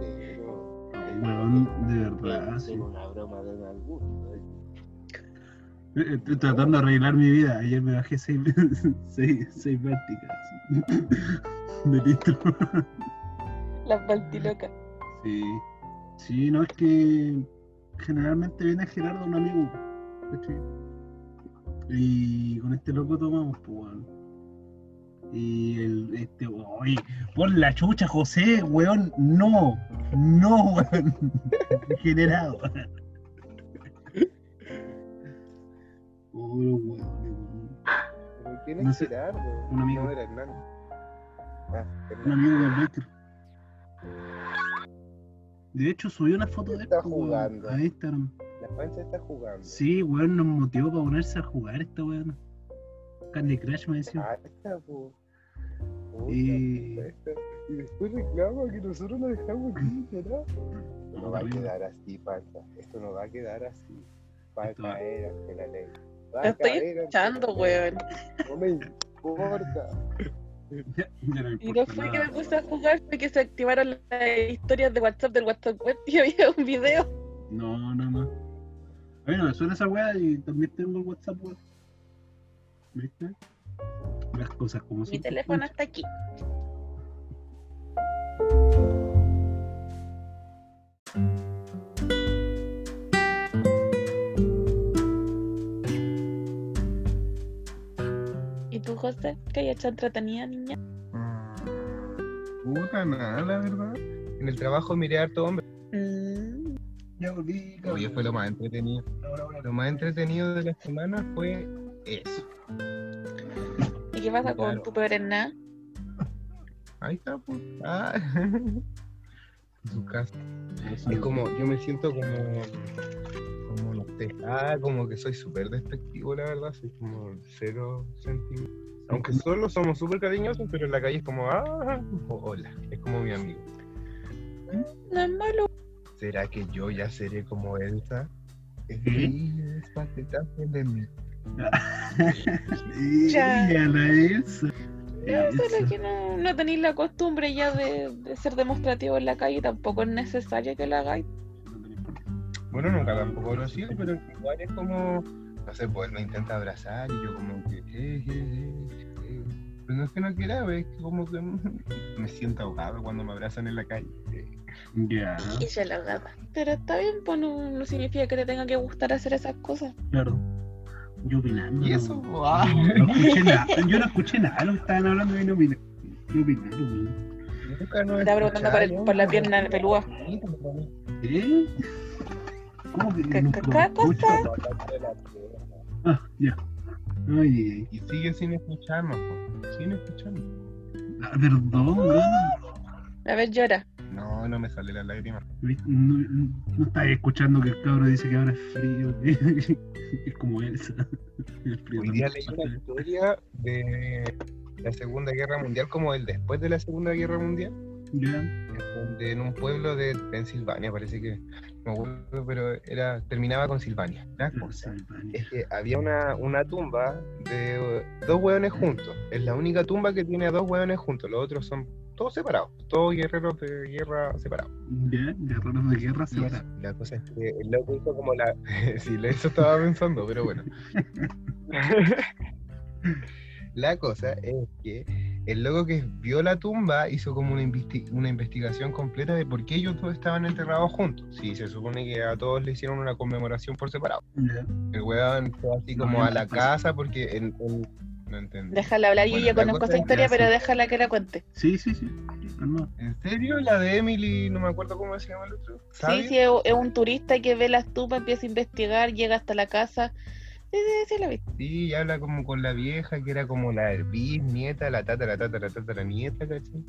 [SPEAKER 5] Weón, de verdad, sí.
[SPEAKER 4] Es una broma de algún.
[SPEAKER 5] Estoy tratando de arreglar mi vida. Ayer me bajé 6 prácticas de litro.
[SPEAKER 3] Las baltilocas.
[SPEAKER 5] Sí. Sí, no, es que generalmente viene Gerardo, un amigo, ¿cachai? Y con este loco tomamos, pues, weón. Y oye, por la chucha, José, weón, no, weón, degenerado. Weón.
[SPEAKER 4] ¿Pero quién es
[SPEAKER 5] No sé,
[SPEAKER 4] Gerardo?
[SPEAKER 5] un amigo.
[SPEAKER 4] No era Hernán. Ah,
[SPEAKER 5] Un
[SPEAKER 4] Hernán.
[SPEAKER 5] amigo del Baker. De hecho, subí una foto de él,
[SPEAKER 4] Está
[SPEAKER 5] pues, weón,
[SPEAKER 4] jugando.
[SPEAKER 5] a Instagram.
[SPEAKER 4] La Pancha está jugando.
[SPEAKER 5] Sí, weón, nos motivó para ponerse a jugar esta weón. Candy Crush me decía.
[SPEAKER 4] Ah, está, po.
[SPEAKER 5] Y-
[SPEAKER 4] Y después reclama que nosotros lo dejamos aquí, ¿verdad? Esto no va a quedar así, Pancha. Esto no va a quedar así. Va a
[SPEAKER 5] Esto va-
[SPEAKER 4] caer ante la ley. Va
[SPEAKER 3] Lo
[SPEAKER 4] a
[SPEAKER 3] estoy
[SPEAKER 4] caer ante
[SPEAKER 3] escuchando,
[SPEAKER 4] la ley.
[SPEAKER 3] weón.
[SPEAKER 4] No me importa.
[SPEAKER 5] Ya no me
[SPEAKER 3] Y no
[SPEAKER 5] importa
[SPEAKER 3] fue que
[SPEAKER 5] nada,
[SPEAKER 3] me puse a jugar, fue que se activaron las historias de WhatsApp del WhatsApp web y había un video.
[SPEAKER 5] No. A mí no me suena esa weá y también tengo el WhatsApp, weón. ¿Viste? Las cosas como son.
[SPEAKER 3] Mi teléfono está aquí. ¿Y tú, José? ¿Qué hay hecho entretenida, niña?
[SPEAKER 2] Puta nada, la verdad. En el trabajo miré harto hombre.
[SPEAKER 5] Ya volví,
[SPEAKER 2] Oye, fue lo más entretenido. Lo más entretenido de la semana fue eso.
[SPEAKER 3] ¿Y qué pasa con
[SPEAKER 2] Claro.
[SPEAKER 3] tu peor en nada?
[SPEAKER 2] Ahí está, pues. Ah. En su casa. Es como, yo me siento como no sé, como que soy súper despectivo, la verdad, soy como cero sentimiento. Aunque solo somos súper cariñosos, pero en la calle es como, hola, es como mi amigo.
[SPEAKER 3] No es malo.
[SPEAKER 2] ¿Será que yo ya seré como Elsa?
[SPEAKER 5] ¿Mm?
[SPEAKER 2] Patetaje de mí.
[SPEAKER 3] Ya.
[SPEAKER 5] Ya la Elsa.
[SPEAKER 3] No, solo que no tenéis la costumbre ya de ser demostrativo en la calle, tampoco es necesario que lo hagáis.
[SPEAKER 2] Bueno, nunca tampoco lo he sido, pero igual es como, no sé, pues él me intenta abrazar y yo como que, Pero no es que no quiera, es que como que me siento ahogado cuando me abrazan en la calle.
[SPEAKER 5] Ya,
[SPEAKER 3] Y ya la gata. Pero está bien, pues no significa que te tenga que gustar hacer esas cosas.
[SPEAKER 5] claro. Yo opinando.
[SPEAKER 2] Y
[SPEAKER 5] no.
[SPEAKER 2] eso,
[SPEAKER 5] No escuché nada. Yo no escuché nada de lo que estaban hablando y no opinaron, weón.
[SPEAKER 2] Nunca nos
[SPEAKER 3] Estaba preguntando
[SPEAKER 2] escucháis,
[SPEAKER 3] por la
[SPEAKER 2] hombre.
[SPEAKER 3] pierna peluda.
[SPEAKER 5] ¿Eh? ¿Cómo que
[SPEAKER 3] ¿Qué
[SPEAKER 5] no
[SPEAKER 3] cosa?
[SPEAKER 5] escucho? Ah, ya. Ay,
[SPEAKER 2] Y sigue sin escucharnos, po. Sin escucharnos.
[SPEAKER 5] perdón, weón.
[SPEAKER 3] A ver, llora.
[SPEAKER 2] No, no me sale la lágrima.
[SPEAKER 5] No estás escuchando que el cabro dice que ahora es frío. Es como Elsa. El frío
[SPEAKER 2] Hoy día
[SPEAKER 5] también
[SPEAKER 2] leí
[SPEAKER 5] pasa.
[SPEAKER 2] una historia de la Segunda Guerra Mundial, como el después de la Segunda Guerra Mundial,
[SPEAKER 5] Ya.
[SPEAKER 2] donde en un pueblo de Pensilvania, parece que, no me acuerdo, pero terminaba con Silvania. La cosa
[SPEAKER 5] Pensilvania.
[SPEAKER 2] es que había una tumba de dos hueones juntos. Es la única tumba que tiene a dos hueones juntos. Los otros son todos separados, todos guerreros de guerra separados.
[SPEAKER 5] Ya, guerreros de guerra se
[SPEAKER 2] Y
[SPEAKER 5] van.
[SPEAKER 2] eso, la cosa es que el loco hizo como la... sí, eso estaba pensando, pero bueno. La cosa es que el loco que vio la tumba hizo como una investigación completa de por qué ellos dos estaban enterrados juntos. Sí, se supone que a todos le hicieron una conmemoración por separado.
[SPEAKER 5] Ya.
[SPEAKER 2] El weón fue así como
[SPEAKER 5] No,
[SPEAKER 2] a la
[SPEAKER 5] no,
[SPEAKER 2] casa porque no entendí.
[SPEAKER 3] Déjala hablar. Yo
[SPEAKER 2] Bueno,
[SPEAKER 3] ya
[SPEAKER 2] la
[SPEAKER 3] conozco
[SPEAKER 2] cosa
[SPEAKER 3] esa
[SPEAKER 2] es que
[SPEAKER 3] historia, pero
[SPEAKER 5] sí.
[SPEAKER 3] déjala que la cuente.
[SPEAKER 5] Sí. No.
[SPEAKER 2] ¿En serio? La de Emily, no me acuerdo cómo se llama el otro.
[SPEAKER 3] Sí,
[SPEAKER 2] ¿Sabes?
[SPEAKER 3] sí, es un turista que ve las tumbas, empieza a investigar, llega hasta la casa. Sí, la vi.
[SPEAKER 2] Sí, y habla como con la vieja, que era como la bisnieta, la tatara nieta, ¿cachai?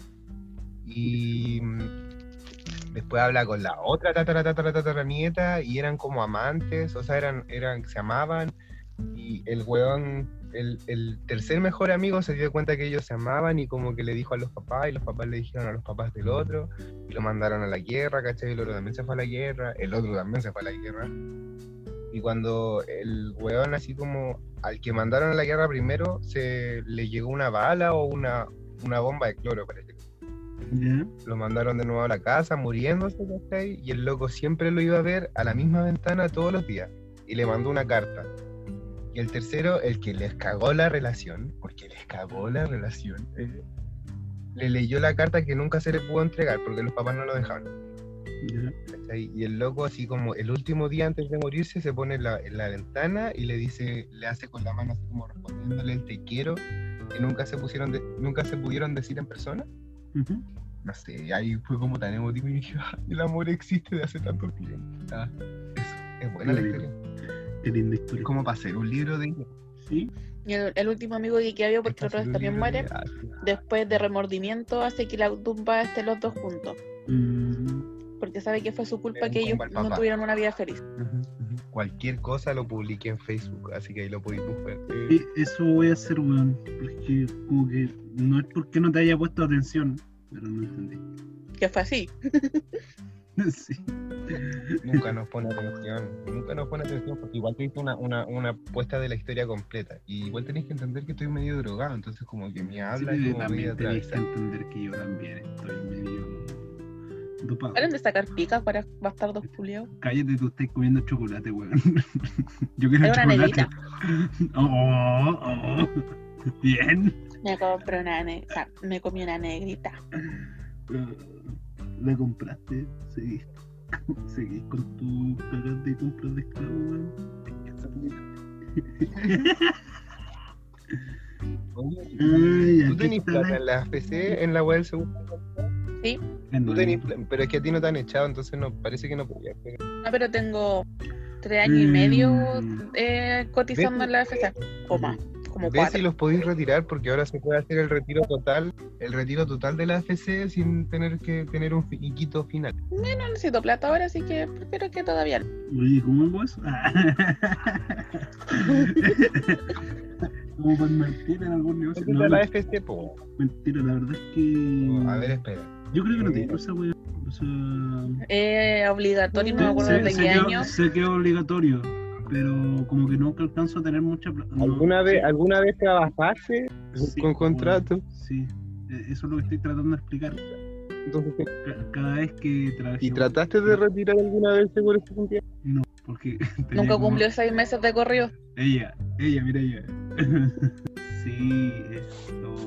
[SPEAKER 2] Y después habla con la otra tatara nieta, y eran como amantes, o sea, se amaban, y el weón, el tercer mejor amigo se dio cuenta que ellos se amaban, y como que le dijo a los papás, y los papás le dijeron a los papás del otro, y lo mandaron a la guerra, ¿cachai? El otro también se fue a la guerra, el otro también se fue a la guerra. Y cuando el weón, así como al que mandaron a la guerra primero, se le llegó una bala o una bomba de cloro, parece.
[SPEAKER 5] Ya.
[SPEAKER 2] Lo mandaron de nuevo a la casa, muriéndose, ¿cachai? Y el loco siempre lo iba a ver a la misma ventana todos los días. Y le mandó una carta. Y el tercero, el que les cagó la relación, porque les cagó la relación, le leyó la carta que nunca se le pudo entregar porque los papás no lo dejaban.
[SPEAKER 5] Ya.
[SPEAKER 2] ¿Cachai? Y el loco, así como el último día antes de morirse, se pone en la ventana y le hace con la mano así como respondiéndole el te quiero, que nunca se pudieron decir en persona.
[SPEAKER 5] Ujú.
[SPEAKER 2] No sé, y ahí fue como tan emotivo y dije, "Ah, el amor existe de hace tanto tiempo". Eso, es buena la
[SPEAKER 5] Qué
[SPEAKER 2] historia.
[SPEAKER 5] Qué linda
[SPEAKER 2] Es
[SPEAKER 5] historia.
[SPEAKER 2] como para hacer un libro de ellos.
[SPEAKER 5] Sí.
[SPEAKER 3] Y el último amigo que había, porque el otro también muere, después de remordimiento, hace que la tumba esté los dos juntos. Porque sabe que fue su culpa
[SPEAKER 2] Es
[SPEAKER 3] que
[SPEAKER 2] un
[SPEAKER 3] ellos
[SPEAKER 2] compa al
[SPEAKER 3] no
[SPEAKER 2] papá.
[SPEAKER 3] tuvieron una vida feliz.
[SPEAKER 2] Cualquier cosa lo publiqué en Facebook, así que ahí lo podéis buscar.
[SPEAKER 5] Eso voy a hacer, weón. Porque como que no es porque no te haya puesto atención, pero no entendí.
[SPEAKER 3] Que fue así.
[SPEAKER 5] Sí.
[SPEAKER 2] Nunca nos pone atención, porque igual te hice una puesta de la historia completa. Y igual tenéis que entender que estoy medio drogado, entonces como que mi habla
[SPEAKER 5] Sí,
[SPEAKER 2] es como medio
[SPEAKER 5] también tenéis que
[SPEAKER 2] atravesada.
[SPEAKER 5] entender que yo también estoy medio dopado.
[SPEAKER 3] ¿Paren de sacar picas para bastardos culiados?
[SPEAKER 5] Cállate, tú estás comiendo chocolate, weón. Yo quiero
[SPEAKER 3] Es una
[SPEAKER 5] chocolate.
[SPEAKER 3] negrita.
[SPEAKER 5] Oh. Bien.
[SPEAKER 3] Me comí una negrita.
[SPEAKER 5] La compraste, seguís con tu cagada de compra de esclavo, weón.
[SPEAKER 2] Oye,
[SPEAKER 5] Ay,
[SPEAKER 2] ¿tú
[SPEAKER 5] aquí
[SPEAKER 2] tenés
[SPEAKER 5] está
[SPEAKER 2] plata
[SPEAKER 5] la-
[SPEAKER 2] en la FC, en la web del segundo?
[SPEAKER 3] Sí.
[SPEAKER 2] Tú tenés pero es que a ti no te han echado, entonces no, parece que no podías.
[SPEAKER 3] No, pero tengo 3 años y medio cotizando
[SPEAKER 2] ¿Ves?
[SPEAKER 3] en la FC. O más, como
[SPEAKER 2] ¿Ves
[SPEAKER 3] 4.
[SPEAKER 2] si los podéis retirar? Porque ahora se puede hacer el retiro total de la FC sin tener que tener un finiquito final.
[SPEAKER 3] No necesito plata ahora, así que prefiero que todavía no.
[SPEAKER 5] Oye, ¿cómo hago eso? Como para invertir en algún negocio.
[SPEAKER 2] Métete a la FC, po.
[SPEAKER 5] Mentira, la verdad es que.
[SPEAKER 2] A ver, espera.
[SPEAKER 5] Yo creo que no tengo esa weá. O sea.
[SPEAKER 3] Obligatorio, no me acuerdo de qué año.
[SPEAKER 5] Sé que es obligatorio, pero como que nunca alcanzo a tener mucha plata.
[SPEAKER 2] ¿Alguna vez trabajaste
[SPEAKER 5] Sí,
[SPEAKER 2] con contrato?
[SPEAKER 5] Sí, eso es lo que estoy tratando de explicar.
[SPEAKER 2] Entonces,
[SPEAKER 5] Cada vez que trabajé.
[SPEAKER 2] ¿y trataste de retirar alguna vez seguro ese tiempo?
[SPEAKER 5] No, porque. tenía
[SPEAKER 3] Nunca
[SPEAKER 5] como-
[SPEAKER 3] cumplió 6 meses de corrido.
[SPEAKER 5] Ella, mira ella. Sí, esto.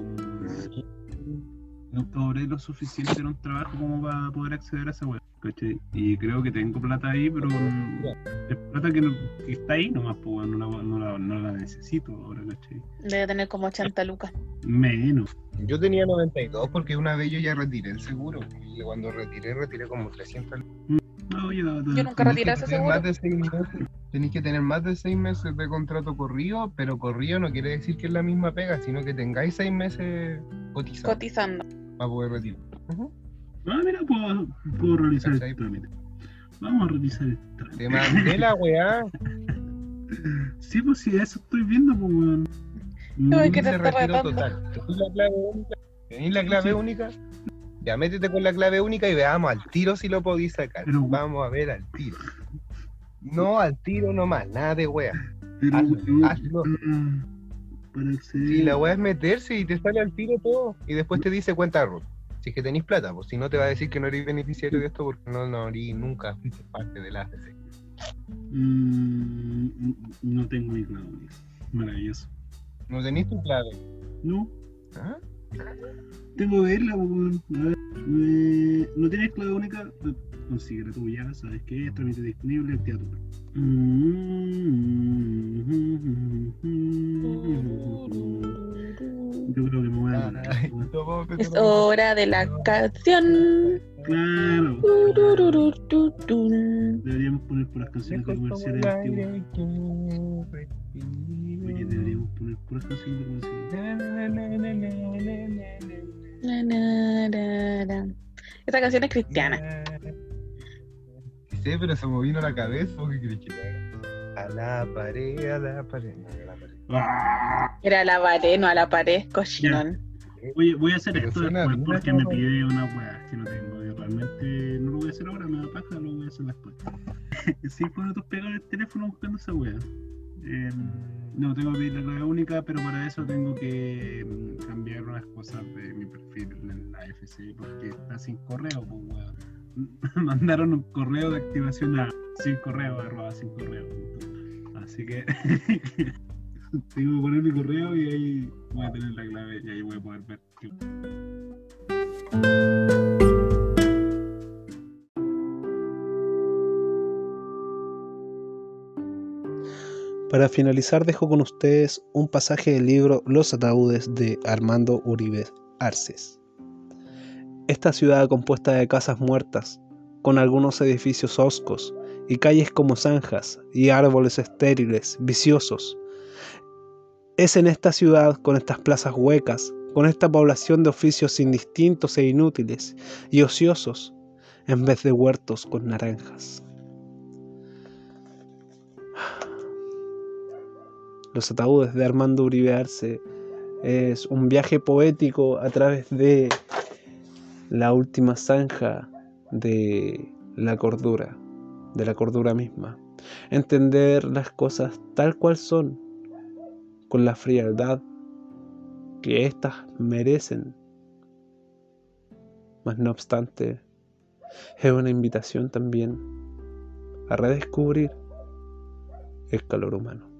[SPEAKER 5] No cobré lo suficiente en un trabajo como para poder acceder a esa web, ¿cachai? Y creo que tengo plata ahí, pero es plata que está ahí nomás, pues no la necesito ahora, ¿cachai?
[SPEAKER 3] Debe tener como 80 lucas.
[SPEAKER 5] Menos.
[SPEAKER 2] Yo tenía 92 porque una vez yo ya retiré el seguro. Y cuando retiré como 300.
[SPEAKER 5] No, yo
[SPEAKER 3] Yo nunca retiré ese seguro.
[SPEAKER 2] Más de 6 meses. Tenéis que tener más de 6 meses de contrato corrido, pero corrido no quiere decir que es la misma pega, sino que tengáis 6 meses cotizados
[SPEAKER 3] Cotizando.
[SPEAKER 2] para poder retirar.
[SPEAKER 5] Ah, mira, puedo realizar
[SPEAKER 2] ¿Cachai?
[SPEAKER 5] el trámite. Vamos a realizar el trámite.
[SPEAKER 2] Te mandé la weá.
[SPEAKER 5] Sí, pues sí, eso estoy viendo, pues, weón.
[SPEAKER 3] Ay, que te
[SPEAKER 2] De
[SPEAKER 3] está
[SPEAKER 2] retiro
[SPEAKER 3] retando.
[SPEAKER 2] total. ¿Tenís la clave única? ¿Tenís la clave única? Ya métete con la clave única y veamos al tiro si lo podís sacar.
[SPEAKER 5] Pero-
[SPEAKER 2] Vamos a ver al tiro. No al tiro nomás, nada de wea.
[SPEAKER 5] Pero,
[SPEAKER 2] Hazlo,
[SPEAKER 5] weón,
[SPEAKER 2] hazlo.
[SPEAKER 5] para acceder.
[SPEAKER 2] Si la wea es meterse y te sale al tiro todo, y después te dice cuenta RUT. Si es que tenéis plata, pues si no te va a decir que no eres beneficiario de esto porque no eres nunca fuiste parte de la AFC.
[SPEAKER 5] No tengo mi clave única. Maravilloso.
[SPEAKER 2] ¿No tenéis tu clave?
[SPEAKER 5] No,
[SPEAKER 2] ¿Ah?
[SPEAKER 5] tengo que verla, pues, weón. A ver. ¿No tienes clave única? Consíguela tú ya, ¿sabes qué? Trámite disponible, activa tu. Yo creo que me voy a
[SPEAKER 2] Ay,
[SPEAKER 5] demorar.
[SPEAKER 2] no, vamos a
[SPEAKER 3] Es
[SPEAKER 2] empezar.
[SPEAKER 3] hora de la canción.
[SPEAKER 5] Claro.
[SPEAKER 3] Tururururutun.
[SPEAKER 5] Deberíamos poner por las canciones de
[SPEAKER 2] Lejos como
[SPEAKER 5] comerciales
[SPEAKER 2] el
[SPEAKER 5] antiguas.
[SPEAKER 2] aire que respiro.
[SPEAKER 5] Oye, deberíamos poner puras canciones de comerciales.
[SPEAKER 3] Na, na, na, na. Esta canción es cristiana.
[SPEAKER 2] Sí, pero se me vino a la cabeza. ¿O qué crees que le haga? A la pared, a la pared. No, a la pared.
[SPEAKER 5] ¡Ah!
[SPEAKER 3] Era a la pared, no a la pared, cochinón.
[SPEAKER 5] Oye, voy a hacer
[SPEAKER 2] Pero
[SPEAKER 5] esto
[SPEAKER 2] suena
[SPEAKER 5] después
[SPEAKER 2] bien,
[SPEAKER 5] porque
[SPEAKER 2] ¿no?
[SPEAKER 5] me pide una weá que no tengo. Yo realmente no lo voy a hacer ahora, me da paja, lo voy a hacer después. 5 minutos pegado en el teléfono buscando esa weá. No tengo que pedir la clave única, pero para eso tengo que cambiar unas cosas de mi perfil en la AFC porque está sin correo, pues weón. Mandaron un correo de activación a sin correo, @sin correo. Así que tengo que poner mi correo y ahí voy a tener la clave y ahí voy a poder ver.
[SPEAKER 7] Para finalizar dejo con ustedes un pasaje del libro Los ataúdes de Armando Uribe Arces. Esta ciudad compuesta de casas muertas, con algunos edificios hoscos y calles como zanjas y árboles estériles, viciosos. Es en esta ciudad, con estas plazas huecas, con esta población de oficios indistintos e inútiles y ociosos, en vez de huertos con naranjas. Los ataúdes de Armando Uribe Arce es un viaje poético a través de la última zanja de la cordura misma. Entender las cosas tal cual son, con la frialdad que éstas merecen. Mas no obstante, es una invitación también a redescubrir el calor humano.